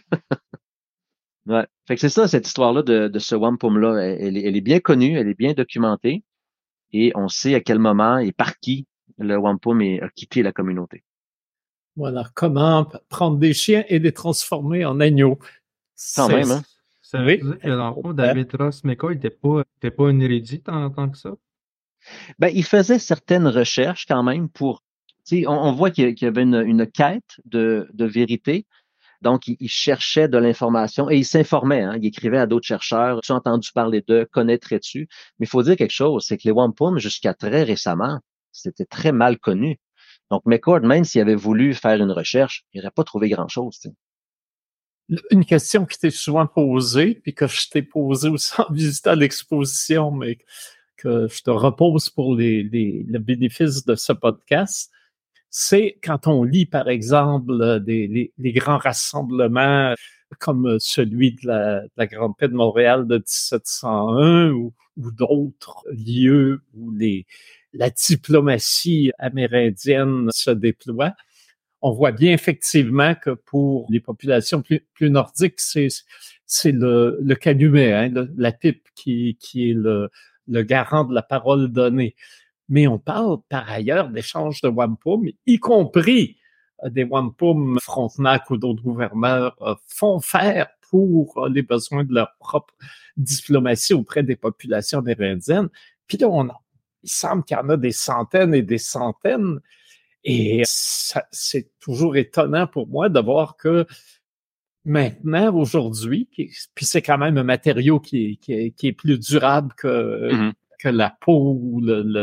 Ouais. Fait que c'est ça, cette histoire-là de ce wampum-là. Elle est bien connue, elle est bien documentée. et on sait à quel moment et par qui le wampum a quitté la communauté. Voilà, comment prendre des chiens et les transformer en agneaux. Quand même, hein? Ça veut Oui. dire que dans le fond, David Ross McCoy était pas une érudite en tant que ça? Ben, il faisait certaines recherches quand même pour, tu sais, on voit qu'il y avait une quête de vérité. Donc, il cherchait de l'information et il s'informait. Hein, il écrivait à d'autres chercheurs. Tu as entendu parler d'eux, connaîtrais-tu? Mais il faut dire quelque chose, c'est que les wampum, jusqu'à très récemment, c'était très mal connu. Donc, McCord, même s'il avait voulu faire une recherche, il n'aurait pas trouvé grand-chose. Tu sais. Une question qui t'est souvent posée, puis que je t'ai posée aussi en visitant l'exposition, mais que je te repose pour le bénéfice de ce podcast, c'est quand on lit, par exemple, les grands rassemblements comme celui de la Grande Paix de Montréal de 1701 ou d'autres lieux où la diplomatie amérindienne se déploie, on voit bien effectivement que pour les populations plus nordiques, c'est le calumet, hein, la pipe qui est le garant de la parole donnée. Mais on parle par ailleurs d'échanges de wampum, y compris des wampum Frontenac ou d'autres gouverneurs font faire pour les besoins de leur propre diplomatie auprès des populations amérindiennes. Puis là, il semble qu'il y en a des centaines et des centaines. Et c'est toujours étonnant pour moi de voir que maintenant, aujourd'hui, puis c'est quand même un matériau qui est plus durable que la peau ou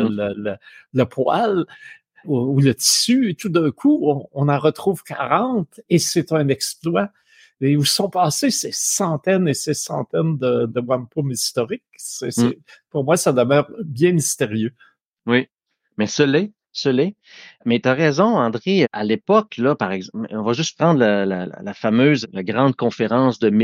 le poil ou le tissu, et tout d'un coup, on en retrouve 40 et c'est un exploit. Et où sont passées ces centaines et ces centaines de wampum historiques? Pour moi, ça demeure bien mystérieux. Oui, mais ce l'est. Mais tu as raison, André. À l'époque, là, par exemple, on va juste prendre la fameuse, la grande conférence de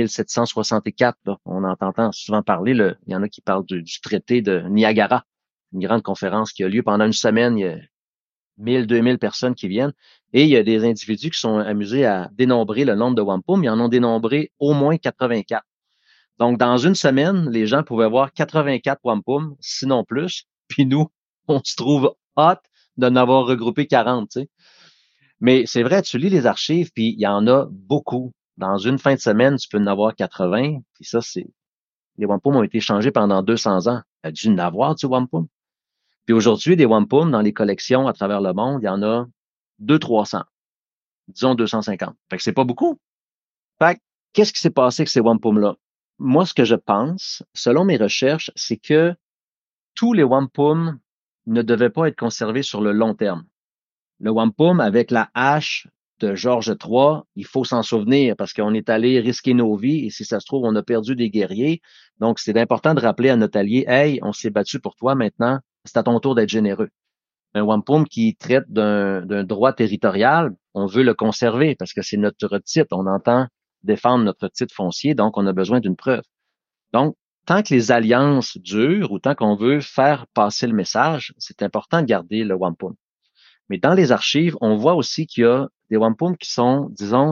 1764. Là. On en entend souvent parler. Il y en a qui parlent du traité de Niagara, une grande conférence qui a lieu pendant une semaine. Il y a 1000, 2000 personnes qui viennent. Et il y a des individus qui sont amusés à dénombrer le nombre de wampum. Ils en ont dénombré au moins 84. Donc, dans une semaine, les gens pouvaient voir 84 wampum, sinon plus. Puis nous, on se trouve hot d'en avoir regroupé 40, tu sais. Mais c'est vrai, tu lis les archives, puis il y en a beaucoup. Dans une fin de semaine, tu peux en avoir 80. Puis ça, les wampum ont été changés pendant 200 ans. Il y a dû en avoir du wampum. Puis aujourd'hui, des wampum dans les collections à travers le monde, il y en a 200-300. Disons 250. Fait que c'est pas beaucoup. Fait que, qu'est-ce qui s'est passé avec ces wampum-là? Moi, ce que je pense, selon mes recherches, c'est que tous les wampum ne devaient pas être conservés sur le long terme. Le wampum avec la hache de Georges III, il faut s'en souvenir parce qu'on est allé risquer nos vies et si ça se trouve, on a perdu des guerriers. Donc, c'est important de rappeler à notre allié, hey, on s'est battu pour toi maintenant, c'est à ton tour d'être généreux. Un wampum qui traite d'un droit territorial, on veut le conserver parce que c'est notre titre. On entend défendre notre titre foncier, donc on a besoin d'une preuve. Donc, tant que les alliances durent ou tant qu'on veut faire passer le message, c'est important de garder le wampum. Mais dans les archives, on voit aussi qu'il y a des wampum qui sont, disons,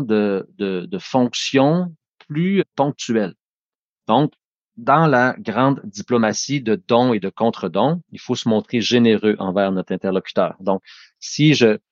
de fonctions plus ponctuelles. Donc, dans la grande diplomatie de dons et de contre-dons, il faut se montrer généreux envers notre interlocuteur. Donc, si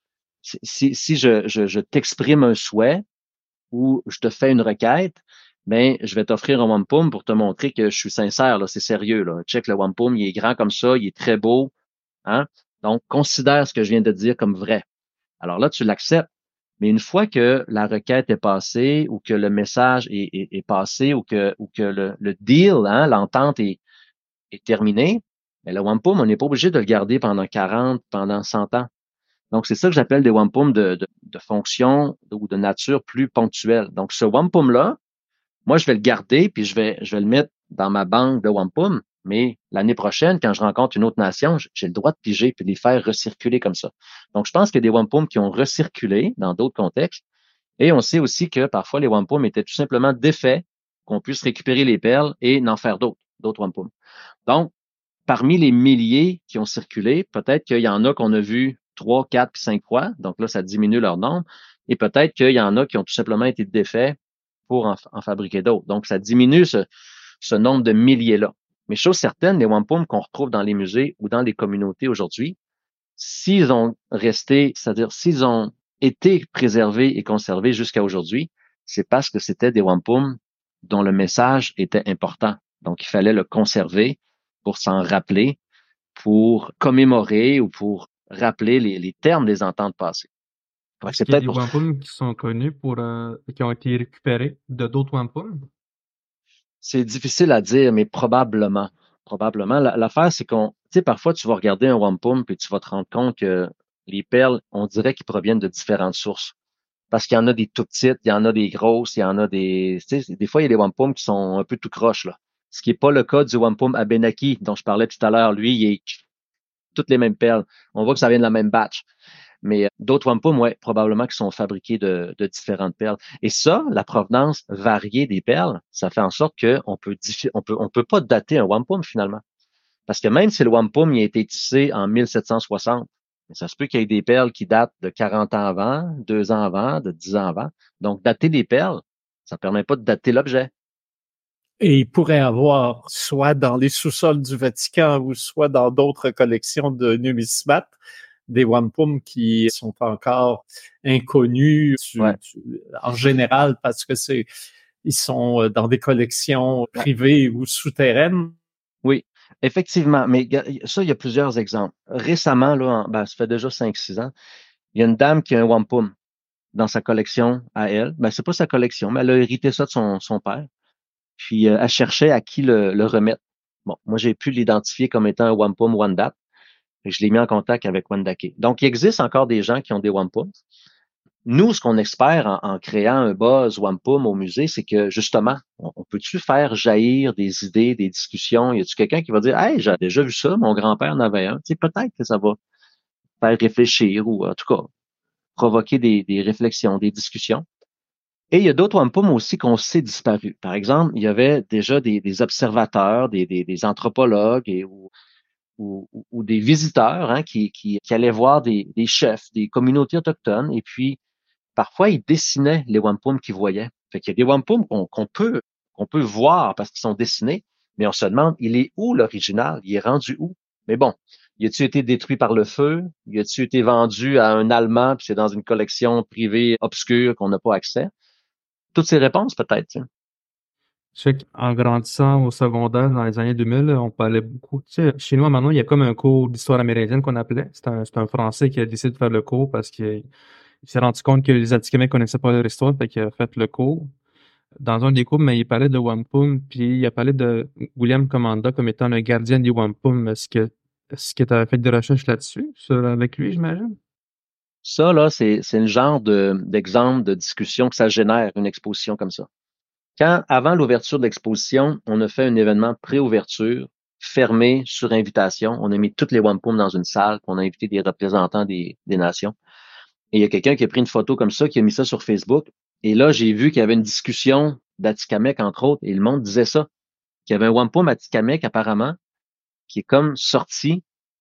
je t'exprime un souhait ou je te fais une requête, ben, je vais t'offrir un wampum pour te montrer que je suis sincère, là, c'est sérieux, là. Check le wampum, il est grand comme ça, il est très beau, hein. Donc, considère ce que je viens de dire comme vrai. Alors là, tu l'acceptes. Mais une fois que la requête est passée ou que le message est passé ou que le deal, hein, l'entente est terminée, ben le wampum, on n'est pas obligé de le garder pendant 40, pendant 100 ans. Donc, c'est ça que j'appelle des wampum de fonction ou de nature plus ponctuelle. Donc, ce wampum-là, moi, je vais le garder puis je vais le mettre dans ma banque de wampum. Mais l'année prochaine, quand je rencontre une autre nation, j'ai le droit de piger puis de les faire recirculer comme ça. Donc, je pense qu'il y a des wampum qui ont recirculé dans d'autres contextes. Et on sait aussi que parfois, les wampum étaient tout simplement défaits, qu'on puisse récupérer les perles et en faire d'autres wampum. Donc, parmi les milliers qui ont circulé, peut-être qu'il y en a qu'on a vu 3, 4, 5 fois. Donc là, ça diminue leur nombre. Et peut-être qu'il y en a qui ont tout simplement été défaits pour en fabriquer d'autres. Donc, ça diminue ce nombre de milliers-là. Mais chose certaine, les wampum qu'on retrouve dans les musées ou dans les communautés aujourd'hui, s'ils ont resté, c'est-à-dire s'ils ont été préservés et conservés jusqu'à aujourd'hui, c'est parce que c'était des wampum dont le message était important. Donc, il fallait le conserver pour s'en rappeler, pour commémorer ou pour rappeler les termes des ententes passées. Ouais, Est-ce c'est qu'il y a peut-être des pour wampum qui sont connus qui ont été récupérés de d'autres wampum? C'est difficile à dire, mais probablement. Probablement. L'affaire, c'est tu sais, parfois, tu vas regarder un wampum puis tu vas te rendre compte que les perles, on dirait qu'ils proviennent de différentes sources. Parce qu'il y en a des tout petites, il y en a des grosses, il y en a tu sais, des fois, il y a des wampums qui sont un peu tout croche, là. Ce qui n'est pas le cas du wampum Abenaki dont je parlais tout à l'heure. Lui, il est toutes les mêmes perles. On voit que ça vient de la même batch. Mais d'autres wampum, ouais, probablement qui sont fabriqués de différentes perles. Et ça, la provenance variée des perles, ça fait en sorte on peut pas dater un wampum finalement. Parce que même si le wampum il a été tissé en 1760, ça se peut qu'il y ait des perles qui datent de 40 ans avant, 2 ans avant, de 10 ans avant. Donc, dater des perles, ça ne permet pas de dater l'objet. Et il pourrait avoir, soit dans les sous-sols du Vatican ou soit dans d'autres collections de numismates, des wampum qui sont encore inconnus Ouais. en général parce que ils sont dans des collections privées ou souterraines. Oui, effectivement. Mais ça, il y a plusieurs exemples. Récemment, là, ça fait déjà 5-6 ans, il y a une dame qui a un wampum dans sa collection à elle. C'est pas sa collection, mais elle a hérité ça de son père. Puis elle cherchait à qui le remettre. Bon, moi, j'ai pu l'identifier comme étant un wampum Wendat. Et je l'ai mis en contact avec Wendake. Donc, il existe encore des gens qui ont des wampums. Nous, ce qu'on espère en créant un buzz wampum au musée, c'est que justement, on peut-tu faire jaillir des idées, des discussions? Y a-tu quelqu'un qui va dire, hey, j'ai déjà vu ça, mon grand-père en avait un. Tu sais, peut-être que ça va faire réfléchir ou en tout cas provoquer des réflexions, des discussions. Et il y a d'autres wampum aussi qu'on sait disparus. Par exemple, il y avait déjà des observateurs, des anthropologues ou des visiteurs qui allaient voir des chefs, des communautés autochtones, et puis parfois ils dessinaient les wampum qu'ils voyaient. Fait qu'il y a des wampum qu'on peut voir parce qu'ils sont dessinés, mais on se demande, il est où l'original? Il est rendu où? Mais bon, il a-tu été détruit par le feu? Il a-tu été vendu à un Allemand, puis c'est dans une collection privée obscure qu'on n'a pas accès? Toutes ces réponses, peut-être. Tu sais. Je sais qu'en grandissant au secondaire dans les années 2000, on parlait beaucoup. Tu sais, chez nous, maintenant, il y a comme un cours d'histoire amérindienne qu'on appelait. C'est un Français qui a décidé de faire le cours parce qu'il s'est rendu compte que les Atikamekw connaissaient pas leur histoire, fait qu'il a fait le cours. Dans un des cours, mais il parlait de Wampum, puis il a parlé de William Commanda comme étant le gardien des Wampum. Est-ce que tu as fait des recherches là-dessus, avec lui, j'imagine? Ça, là, c'est le genre d'exemple de discussion que ça génère, une exposition comme ça. Avant l'ouverture de l'exposition, on a fait un événement pré-ouverture, fermé sur invitation. On a mis toutes les wampum dans une salle, puis on a invité des représentants des nations. Et il y a quelqu'un qui a pris une photo comme ça, qui a mis ça sur Facebook. Et là, j'ai vu qu'il y avait une discussion d'Atikamekw, entre autres, et le monde disait ça, qu'il y avait un wampum Atikamekw, apparemment, qui est comme sorti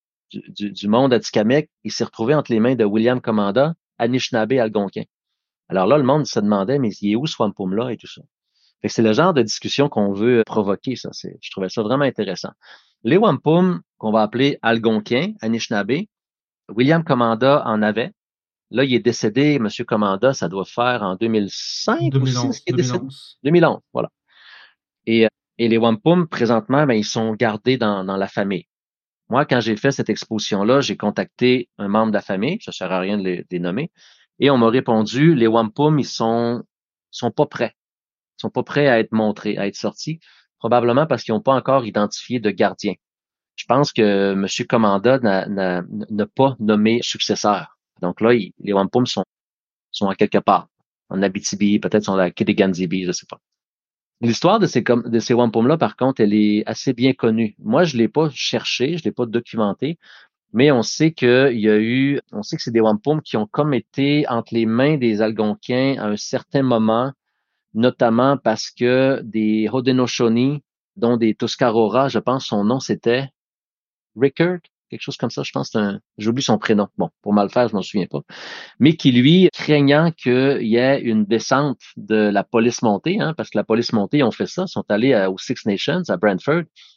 du monde Atikamekw. Il s'est retrouvé entre les mains de William Commanda, Anishinaabe Algonquin. Alors là, le monde se demandait, mais il est où ce wampum-là et tout ça. Fait que c'est le genre de discussion qu'on veut provoquer, ça. Je trouvais ça vraiment intéressant. Les wampum, qu'on va appeler Algonquin, Anishinaabe, William Commanda en avait. Là, il est décédé, M. Commanda, ça doit faire en 2005 ou 6 qu'il est décédé? 2011. 2011, voilà. Et, et les wampum, présentement, ils sont gardés dans la famille. Moi, quand j'ai fait cette exposition-là, j'ai contacté un membre de la famille, ça ne sert à rien de les nommer, et on m'a répondu, les wampum, sont pas prêts. Ils sont pas prêts à être montrés, à être sortis, probablement parce qu'ils n'ont pas encore identifié de gardien. Je pense que M. Commanda n'a pas nommé successeur. Donc là, les wampum sont à quelque part. En Abitibi, peut-être sont à Kitiganzibi, je sais pas. L'histoire de ces wampum-là, par contre, elle est assez bien connue. Moi, je l'ai pas cherché, je l'ai pas documenté, mais on sait que c'est des wampum qui ont comme été entre les mains des Algonquins à un certain moment, notamment parce que des Haudenosaunee, dont des Tuscarora, je pense son nom c'était Rickard, quelque chose comme ça, je pense j'oublie son prénom. Bon, pour mal faire, je m'en souviens pas. Mais qui, lui, craignant qu'il y ait une descente de la police montée, parce que la police montée, ils ont fait ça, ils sont allés aux Six Nations, à Brantford,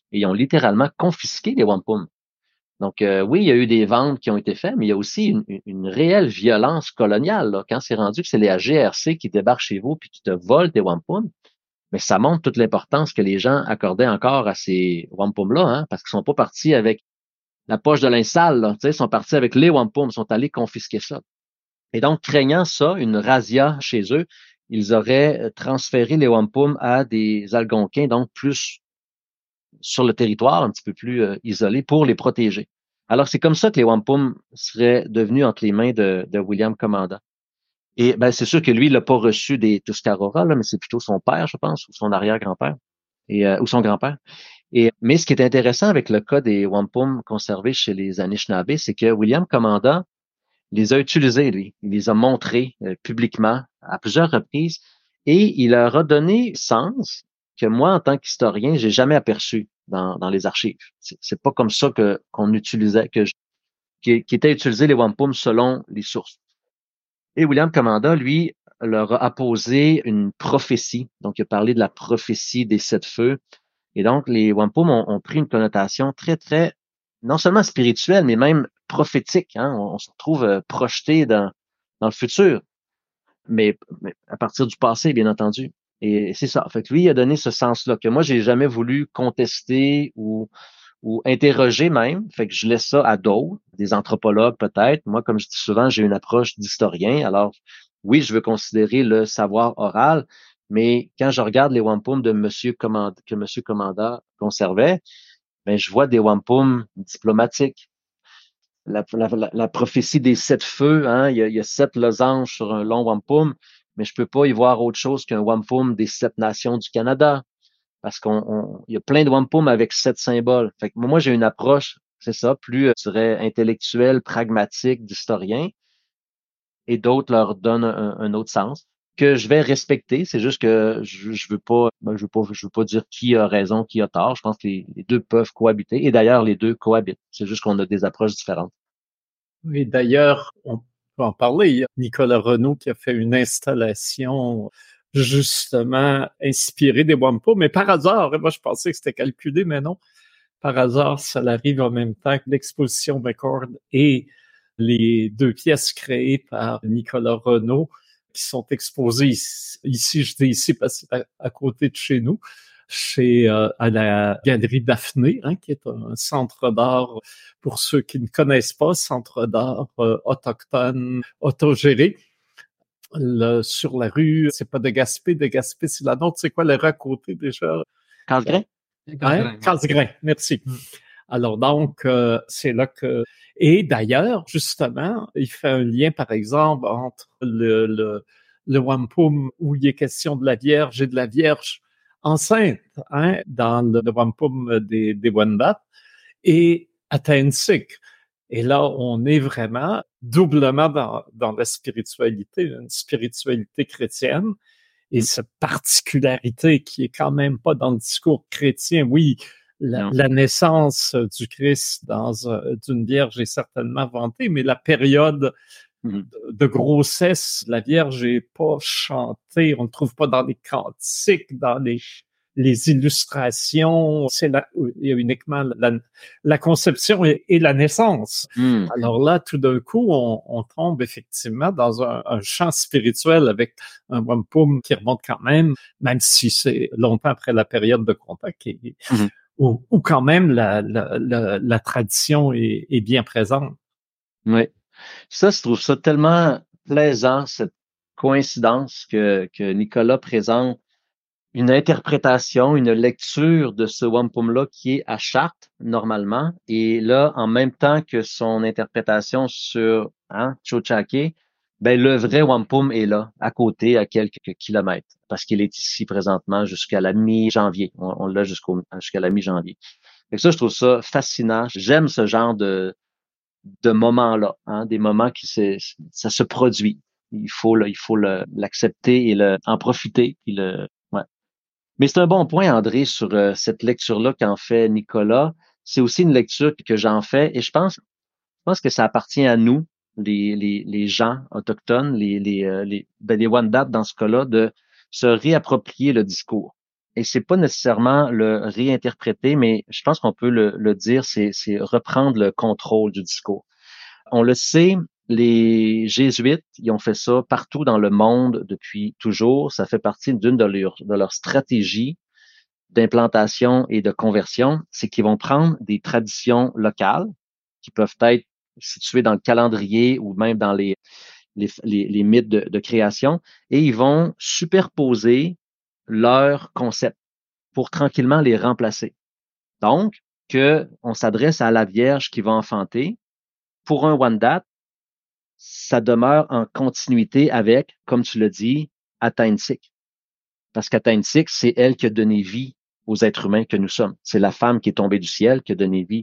et ils ont littéralement confisqué les wampum. Donc, oui, il y a eu des ventes qui ont été faites, mais il y a aussi une réelle violence coloniale, là. Quand c'est rendu que c'est les GRC qui débarquent chez vous puis qui te volent tes wampum, mais ça montre toute l'importance que les gens accordaient encore à ces wampum-là, hein, parce qu'ils sont pas partis avec la poche de linge sale, là, tu sais, ils sont partis avec les wampum, ils sont allés confisquer ça. Et donc, craignant ça, une razzia chez eux, ils auraient transféré les wampum à des Algonquins, donc plus sur le territoire, un petit peu plus isolés, pour les protéger. Alors, c'est comme ça que les wampum seraient devenus entre les mains de William Commandant. Et ben, c'est sûr que lui, il n'a pas reçu des Tuscarora, là, mais c'est plutôt son père, je pense, ou son arrière-grand-père, ou son grand-père. Mais ce qui est intéressant avec le cas des wampum conservés chez les Anishinaabe, c'est que William Commandant les a utilisés, lui. Il les a montrés publiquement à plusieurs reprises et il leur a donné sens que moi, en tant qu'historien, j'ai jamais aperçu dans les archives. C'est pas comme ça qu'on utilisait, qui était utilisé les wampum selon les sources. Et William Commandant, lui, leur a apposé une prophétie. Donc, il a parlé de la prophétie des sept feux. Et donc, les wampum ont pris une connotation très, très, non seulement spirituelle, mais même prophétique. Hein? On se retrouve projeté dans le futur, mais à partir du passé, bien entendu. Et c'est ça. Fait que lui, il a donné ce sens-là que moi, j'ai jamais voulu contester ou interroger même. Fait que je laisse ça à d'autres, des anthropologues peut-être. Moi, comme je dis souvent, j'ai une approche d'historien. Alors, oui, je veux considérer le savoir oral, mais quand je regarde les wampum de que Monsieur Commandant conservait, ben, je vois des wampum diplomatiques. La prophétie des sept feux, hein, il y a sept losanges sur un long wampum, mais je peux pas y voir autre chose qu'un wampum des sept nations du Canada. Parce il y a plein de wampum avec sept symboles. Fait que moi, j'ai une approche, c'est ça, plus, je dirais, intellectuelle, pragmatique, d'historien, et d'autres leur donnent un autre sens que je vais respecter. C'est juste que je veux pas, je veux pas dire qui a raison, qui a tort. Je pense que les deux peuvent cohabiter. Et d'ailleurs, les deux cohabitent. C'est juste qu'on a des approches différentes. Oui, d'ailleurs, on peut en parler. Il y a Nicolas Renaud qui a fait une installation justement inspirée des wampum, mais par hasard, moi je pensais que c'était calculé, mais non. Par hasard, ça arrive en même temps que l'exposition McCord et les deux pièces créées par Nicolas Renaud qui sont exposées ici, je dis ici parce que c'est à côté de chez nous, à la Galerie Daphné, hein, qui est un centre d'art, pour ceux qui ne connaissent pas, centre d'art autochtone, autogéré. Sur la rue, c'est pas de Gaspé, c'est la nôtre, c'est quoi le rue à côté déjà? Casgrain? Hein? Casgrain, merci. Alors donc, c'est là que... Et d'ailleurs, justement, il fait un lien, par exemple, entre le wampum où il est question de la Vierge et de la Vierge enceinte, hein, dans le wampum des Wendat, et Atensik. Et là, on est vraiment doublement dans la spiritualité, une spiritualité chrétienne, et cette particularité qui est quand même pas dans le discours chrétien. Oui, la naissance du Christ d'une vierge est certainement vantée, mais la période de grossesse, la Vierge est pas chantée, on ne trouve pas dans les cantiques, dans les illustrations, il y a uniquement la conception et la naissance. Alors là, tout d'un coup, on tombe effectivement dans un champ spirituel avec un wampum qui remonte quand même si c'est longtemps après la période de contact, où quand même la tradition est bien présente. Oui. Ça, je trouve ça tellement plaisant, cette coïncidence que Nicolas présente une interprétation, une lecture de ce wampum-là qui est à Chartres, normalement, et là, en même temps que son interprétation sur Tiohtià:ke, ben, le vrai wampum est là, à côté, à quelques kilomètres, parce qu'il est ici présentement jusqu'à la mi-janvier. On l'a jusqu'à la mi-janvier. Et ça, je trouve ça fascinant. J'aime ce genre de moments-là, hein, des moments ça se produit. Il faut l'accepter et en profiter. Ouais. Mais c'est un bon point, André, sur cette lecture-là qu'en fait Nicolas. C'est aussi une lecture que j'en fais et je pense que ça appartient à nous, les gens autochtones, les Wendat dans ce cas-là, de se réapproprier le discours. et c'est pas nécessairement le réinterpréter, mais je pense qu'on peut le dire, c'est reprendre le contrôle du discours. On le sait, les Jésuites, ils ont fait ça partout dans le monde depuis toujours. Ça fait partie d'une de leurs stratégies d'implantation et de conversion, c'est qu'ils vont prendre des traditions locales qui peuvent être situées dans le calendrier ou même dans les mythes de création et ils vont superposer leurs concepts pour tranquillement les remplacer. Donc, que on s'adresse à la Vierge qui va enfanter, pour un one date, ça demeure en continuité avec, comme tu l'as dit, Atainsik. Parce qu'Atainsik, c'est elle qui a donné vie aux êtres humains que nous sommes. C'est la femme qui est tombée du ciel qui a donné vie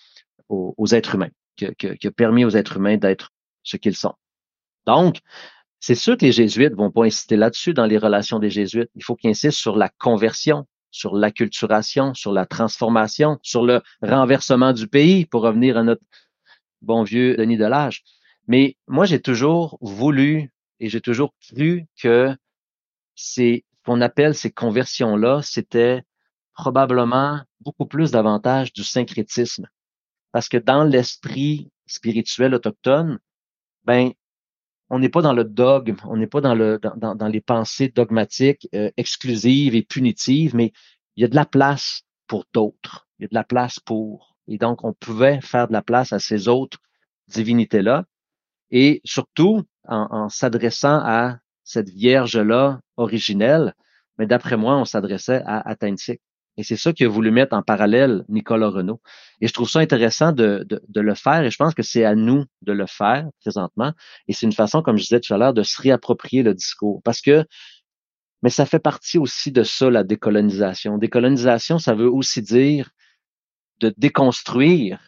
aux êtres humains, qui a permis aux êtres humains d'être ce qu'ils sont. Donc, c'est sûr que les Jésuites vont pas insister là-dessus dans les relations des Jésuites. Il faut qu'ils insistent sur la conversion, sur l'acculturation, sur la transformation, sur le renversement du pays, pour revenir à notre bon vieux Denis de l'Âge. Mais moi, j'ai toujours voulu et j'ai toujours cru que c'est qu'on appelle ces conversions-là, c'était probablement beaucoup plus davantage du syncrétisme. Parce que dans l'esprit spirituel autochtone, ben, on n'est pas dans le dogme, on n'est pas dans les pensées dogmatiques exclusives et punitives, mais il y a de la place pour d'autres. Il y a de la place pour. Et donc, on pouvait faire de la place à ces autres divinités-là. Et surtout, en s'adressant à cette Vierge-là originelle, mais d'après moi, on s'adressait à Atainsik. Et c'est ça qu'il a voulu mettre en parallèle Nicolas Renaud. Et je trouve ça intéressant de le faire et je pense que c'est à nous de le faire présentement. Et c'est une façon, comme je disais tout à l'heure, de se réapproprier le discours. Parce que, mais ça fait partie aussi de ça, la décolonisation. Décolonisation, ça veut aussi dire de déconstruire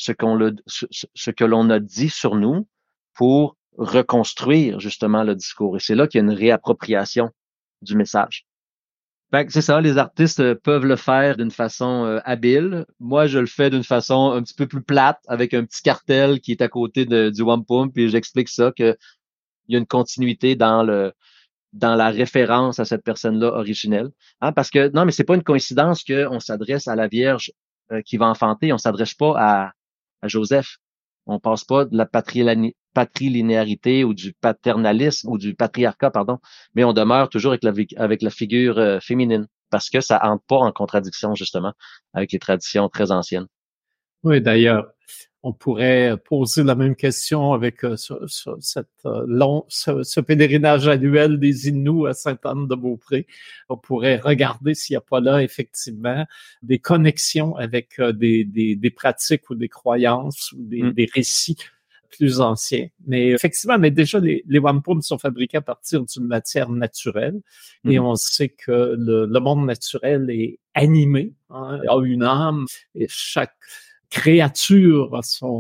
ce que l'on a dit sur nous pour reconstruire justement le discours. Et c'est là qu'il y a une réappropriation du message. Fait que c'est ça, les artistes peuvent le faire d'une façon habile. Moi, je le fais d'une façon un petit peu plus plate, avec un petit cartel qui est à côté du wampum, puis j'explique ça, qu'il y a une continuité dans la référence à cette personne-là originelle. Hein, parce que, non, mais c'est pas une coïncidence qu'on s'adresse à la Vierge qui va enfanter, on s'adresse pas à Joseph. On passe pas de la patrilinéarité ou du paternalisme ou du patriarcat, pardon, mais on demeure toujours avec la figure féminine parce que ça entre pas en contradiction, justement, avec les traditions très anciennes. Oui, d'ailleurs, on pourrait poser la même question avec ce pèlerinage annuel des Inuits à Sainte-Anne-de-Beaupré. On pourrait regarder s'il n'y a pas là, effectivement, des connexions avec des pratiques ou des croyances ou des récits plus anciens. Mais effectivement, mais déjà, les wampums sont fabriqués à partir d'une matière naturelle et on sait que le monde naturel est animé, hein, a une âme et chaque créature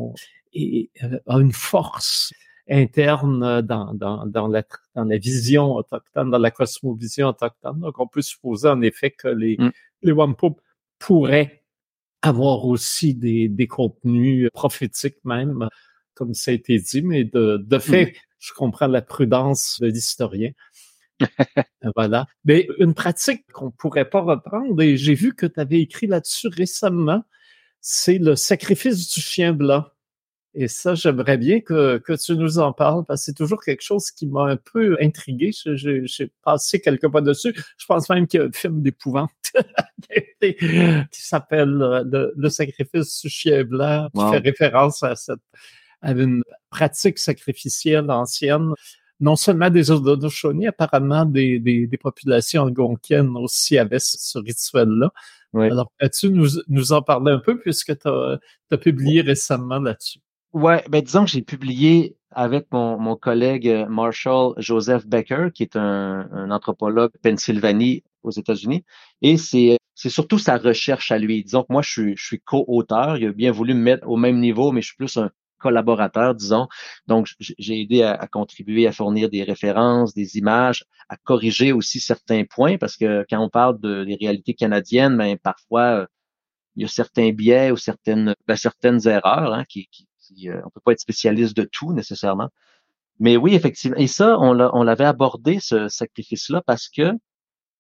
a une force interne dans la vision autochtone, dans la cosmovision autochtone. Donc, on peut supposer en effet que les wampum pourraient avoir aussi des contenus prophétiques même, comme ça a été dit, mais de fait, je comprends la prudence de l'historien. Voilà. Mais une pratique qu'on pourrait pas reprendre, et j'ai vu que tu avais écrit là-dessus récemment, c'est le sacrifice du chien blanc. Et ça, j'aimerais bien que tu nous en parles, parce que c'est toujours quelque chose qui m'a un peu intrigué. J'ai passé quelques pas dessus. Je pense même qu'il y a un film d'épouvante qui s'appelle le sacrifice du chien blanc, qui fait référence à une pratique sacrificielle ancienne, non seulement des Haudenosaunee, apparemment des populations algonquiennes aussi avaient ce rituel-là. Oui. Alors, peux-tu nous en parler un peu, puisque tu as publié récemment là-dessus? Ouais, ben disons que j'ai publié avec mon collègue Marshall Joseph Becker, qui est un anthropologue de Pennsylvanie aux États-Unis, et c'est surtout sa recherche à lui. Disons que moi, je suis co-auteur. Il a bien voulu me mettre au même niveau, mais je suis plus un collaborateur, disons. Donc, j'ai aidé à contribuer à fournir des références, des images, à corriger aussi certains points, parce que quand on parle des réalités canadiennes, ben parfois il y a certains biais ou certaines erreurs hein, on peut pas être spécialiste de tout nécessairement. Mais oui, effectivement. Et ça, on l'avait abordé, ce sacrifice-là, parce que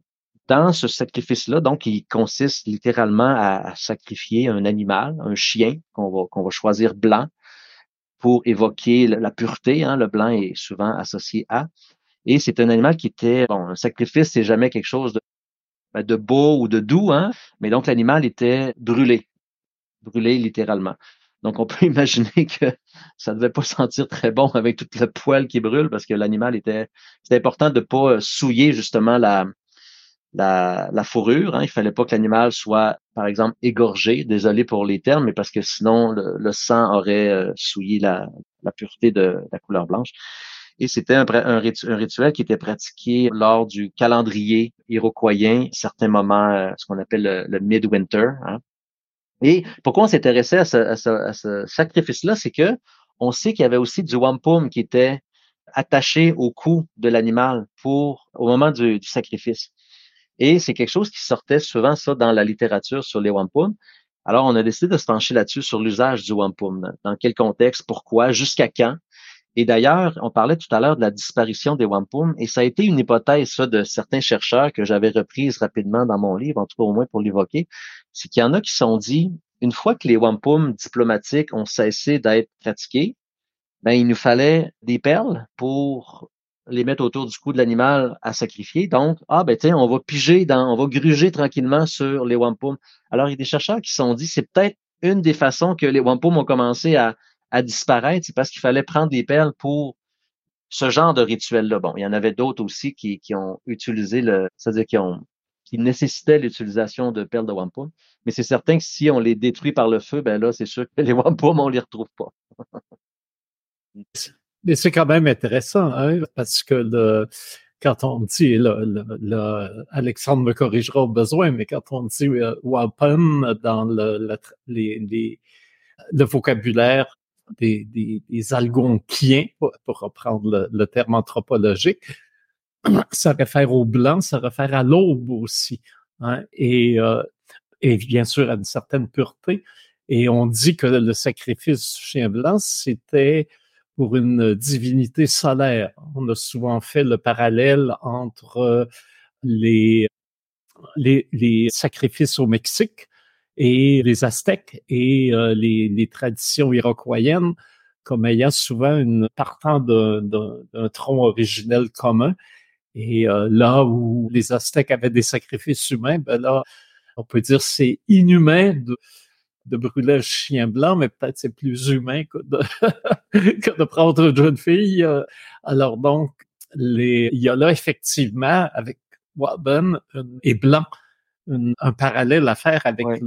dans ce sacrifice-là, donc, qui consiste littéralement à sacrifier un animal, un chien qu'on va choisir blanc pour évoquer la pureté, hein, le blanc est souvent associé à. Et c'est un animal qui était, bon, un sacrifice, c'est jamais quelque chose de beau ou de doux, hein, mais donc l'animal était brûlé littéralement. Donc on peut imaginer que ça devait pas sentir très bon avec tout le poil qui brûle parce que l'animal c'était important de pas souiller justement la fourrure. Hein. Il fallait pas que l'animal soit, par exemple, égorgé. Désolé pour les termes, mais parce que sinon le sang aurait souillé la pureté de la couleur blanche. Et c'était un rituel qui était pratiqué lors du calendrier iroquoien, certains moments, ce qu'on appelle le midwinter. Hein. Et pourquoi on s'intéressait à ce sacrifice-là, c'est que on sait qu'il y avait aussi du wampum qui était attaché au cou de l'animal au moment du sacrifice. Et c'est quelque chose qui sortait souvent, ça, dans la littérature sur les wampum. Alors, on a décidé de se pencher là-dessus, sur l'usage du wampum. Dans quel contexte, pourquoi, jusqu'à quand. Et d'ailleurs, on parlait tout à l'heure de la disparition des wampum, et ça a été une hypothèse, ça, de certains chercheurs que j'avais reprise rapidement dans mon livre, en tout cas au moins pour l'évoquer, c'est qu'il y en a qui se sont dit, une fois que les wampum diplomatiques ont cessé d'être pratiqués, ben, il nous fallait des perles pour les mettre autour du cou de l'animal à sacrifier. Donc, ben, tiens, on va gruger tranquillement sur les wampum. Alors, il y a des chercheurs qui se sont dit, c'est peut-être une des façons que les wampum ont commencé à disparaître, c'est parce qu'il fallait prendre des perles pour ce genre de rituel-là. Bon, il y en avait d'autres aussi qui ont utilisé c'est-à-dire qui nécessitaient l'utilisation de perles de wampum. Mais c'est certain que si on les détruit par le feu, ben là, c'est sûr que les wampum, on les retrouve pas. Mais c'est quand même intéressant, hein, parce que quand on dit, Alexandre me corrigera au besoin, mais quand on dit wampum dans le vocabulaire des Algonquiens, pour reprendre le terme anthropologique, ça réfère au blanc, ça réfère à l'aube aussi, hein, et bien sûr à une certaine pureté. Et on dit que le sacrifice du chien blanc, c'était pour une divinité solaire. On a souvent fait le parallèle entre les sacrifices au Mexique et les Aztèques et les traditions iroquoiennes comme ayant souvent partant d'un tronc originel commun. Et là où les Aztèques avaient des sacrifices humains, ben là, on peut dire c'est inhumain de brûler un chien blanc, mais peut-être c'est plus humain que de prendre une jeune fille. Alors donc, il y a là effectivement, avec Waban et Blanc, un parallèle à faire avec Oui.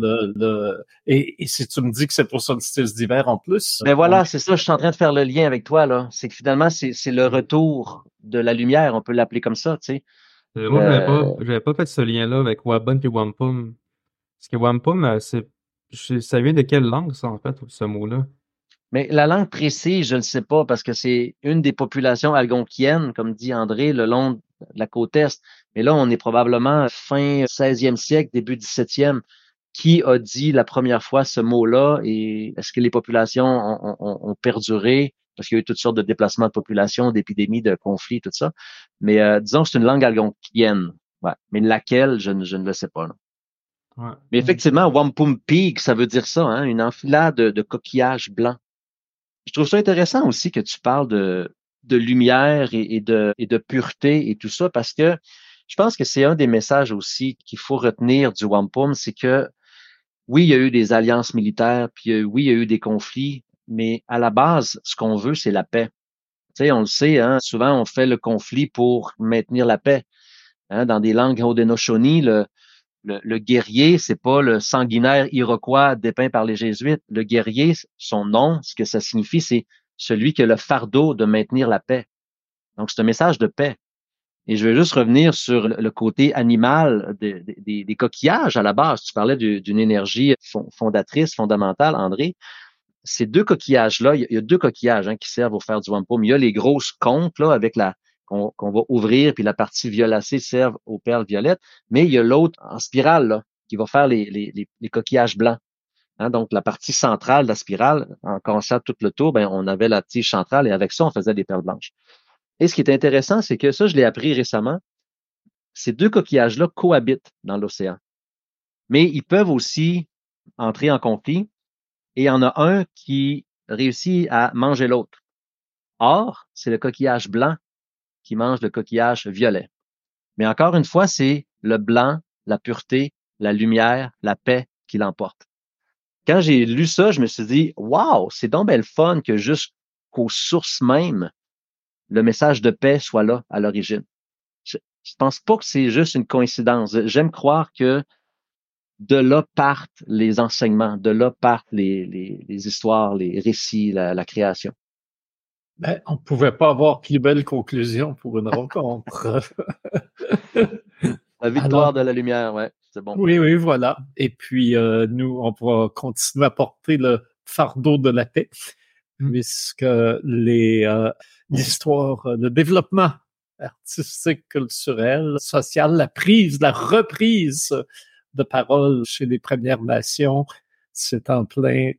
et si tu me dis que c'est pour solstice d'hiver en plus. Ben voilà, c'est ça, je suis en train de faire le lien avec toi, là. C'est que finalement, c'est le retour de la lumière, on peut l'appeler comme ça, tu sais. Moi, j'avais pas fait ce lien-là avec Waban et Wampum. Parce que Wampum, ça vient de quelle langue, ça, en fait, ce mot-là? Mais la langue précise, je ne sais pas, parce que c'est une des populations algonquiennes, comme dit André, le long de la côte Est. Mais là, on est probablement fin 16e siècle, début 17e. Qui a dit la première fois ce mot-là et est-ce que les populations ont perduré? Parce qu'il y a eu toutes sortes de déplacements de population, d'épidémies, de conflits, tout ça. Mais disons que c'est une langue algonquienne. Ouais. Mais laquelle, je ne le sais pas. Là. Ouais. Mais effectivement, Wampum Peak, ça veut dire ça, hein, une enfilade de coquillages blancs. Je trouve ça intéressant aussi que tu parles de lumière et de pureté et tout ça, parce que je pense que c'est un des messages aussi qu'il faut retenir du Wampum, c'est que oui, il y a eu des alliances militaires, puis oui, il y a eu des conflits, mais à la base, ce qu'on veut, c'est la paix. Tu sais, on le sait, hein, souvent on fait le conflit pour maintenir la paix. Hein, dans des langues haudenosaunee, le guerrier, c'est pas le sanguinaire iroquois dépeint par les Jésuites. Le guerrier, son nom, ce que ça signifie, c'est celui qui a le fardeau de maintenir la paix. Donc, c'est un message de paix. Et je vais juste revenir sur le côté animal des coquillages à la base. Tu parlais d'une énergie fondatrice, fondamentale, André. Ces deux coquillages-là, il y a deux coquillages qui servent au faire du wampum. Il y a les grosses conques là, avec qu'on va ouvrir, puis la partie violacée serve aux perles violettes. Mais il y a l'autre en spirale là, qui va faire les coquillages blancs. Hein, donc, la partie centrale de la spirale, en commençant tout le tour, ben, on avait la tige centrale et avec ça, on faisait des perles blanches. Et ce qui est intéressant, c'est que ça, je l'ai appris récemment, ces deux coquillages-là cohabitent dans l'océan. Mais ils peuvent aussi entrer en conflit et il y en a un qui réussit à manger l'autre. Or, c'est le coquillage blanc qui mange le coquillage violet. Mais encore une fois, c'est le blanc, la pureté, la lumière, la paix qui l'emporte. Quand j'ai lu ça, je me suis dit, wow, c'est donc belle fun que jusqu'aux sources même, le message de paix soit là à l'origine. Je pense pas que c'est juste une coïncidence. J'aime croire que de là partent les enseignements, de là partent les histoires, les récits, la création. Ben, on pouvait pas avoir plus belle conclusion pour une rencontre. La victoire Alors, de la lumière, ouais, c'est bon. oui, voilà. Et puis, nous, on va continuer à porter le fardeau de la paix, puisque l'histoire, le développement artistique, culturel, social, la reprise de parole chez les Premières Nations, c'est en plein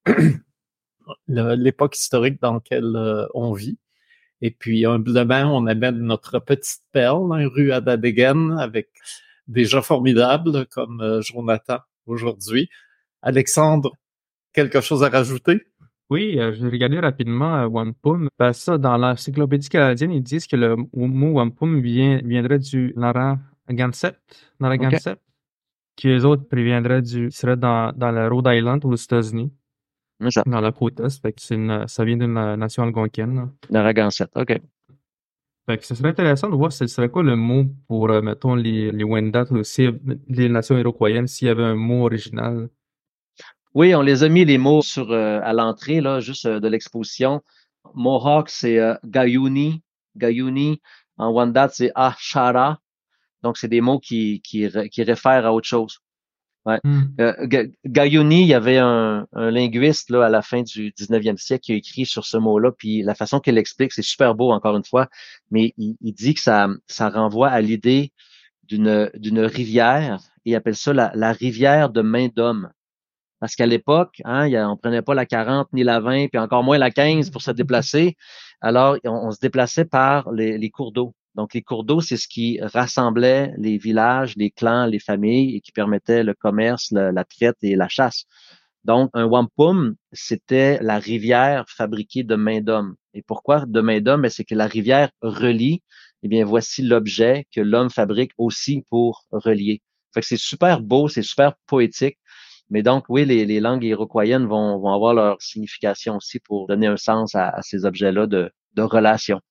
l'époque historique dans laquelle on vit. Et puis, humblement, on amène notre petite perle, rue Adadegen, avec des gens formidables comme Jonathan aujourd'hui. Alexandre, quelque chose à rajouter? Oui, je vais regarder rapidement wampum. Ben, ça, dans l'encyclopédie canadienne, ils disent que le mot wampum viendrait du Narragansett, OK. qui eux autres serait dans la Rhode Island aux États-Unis, C'est ça. dans la côte est. Fait que ça vient d'une nation algonquienne, là. Narragansett, OK. Fait que ce serait intéressant de voir ce serait quoi le mot pour, mettons, les Wendat ou aussi les nations iroquoiennes, s'il y avait un mot original. Oui, on les a mis les mots sur à l'entrée là, juste de l'exposition. Mohawk, c'est Gayuni. Gayuni. En Wendat, c'est Ashara. Donc, c'est des mots qui réfèrent à autre chose. Ouais. Gayuni, il y avait un linguiste là, à la fin du 19e siècle qui a écrit sur ce mot-là, puis la façon qu'il l'explique, c'est super beau encore une fois, mais il dit que ça renvoie à l'idée d'une rivière, et il appelle ça la rivière de main d'homme. Parce qu'à l'époque, on prenait pas la 40 ni la 20, puis encore moins la 15 pour se déplacer. Alors, on se déplaçait par les cours d'eau. Donc, les cours d'eau, c'est ce qui rassemblait les villages, les clans, les familles et qui permettait le commerce, la traite et la chasse. Donc, un wampum, c'était la rivière fabriquée de main d'homme. Et pourquoi de main d'homme? C'est que la rivière relie. Eh bien, voici l'objet que l'homme fabrique aussi pour relier. Fait que c'est super beau, c'est super poétique. Mais donc, oui, les langues iroquoiennes vont avoir leur signification aussi pour donner un sens à ces objets-là de relation.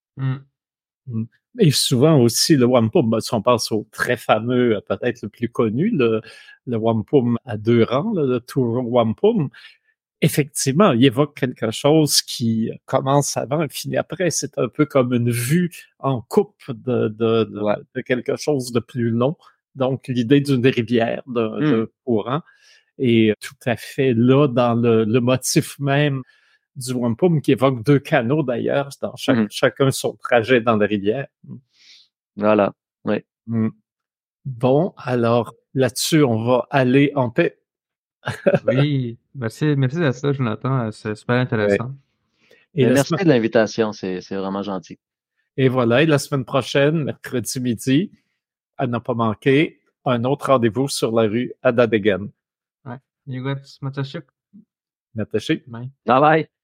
Et souvent aussi, le wampum, si on pense au très fameux, peut-être le plus connu, le wampum à deux rangs, le tour wampum, effectivement, il évoque quelque chose qui commence avant et finit après. C'est un peu comme une vue en coupe de quelque chose de plus long. Donc, l'idée d'une rivière, d'un courant, est tout à fait là dans le motif même du wampum qui évoque deux canaux d'ailleurs, dans chacun son trajet dans la rivière. Voilà, oui. Bon, alors là-dessus, on va aller en paix. Oui, merci de ça, Jonathan. C'est super intéressant. Et merci de l'invitation, c'est vraiment gentil. Et voilà, et la semaine prochaine, mercredi midi, à ne pas manquer, un autre rendez-vous sur la rue Adadegen. Ouais. Matashik. Nattaché. Bye bye.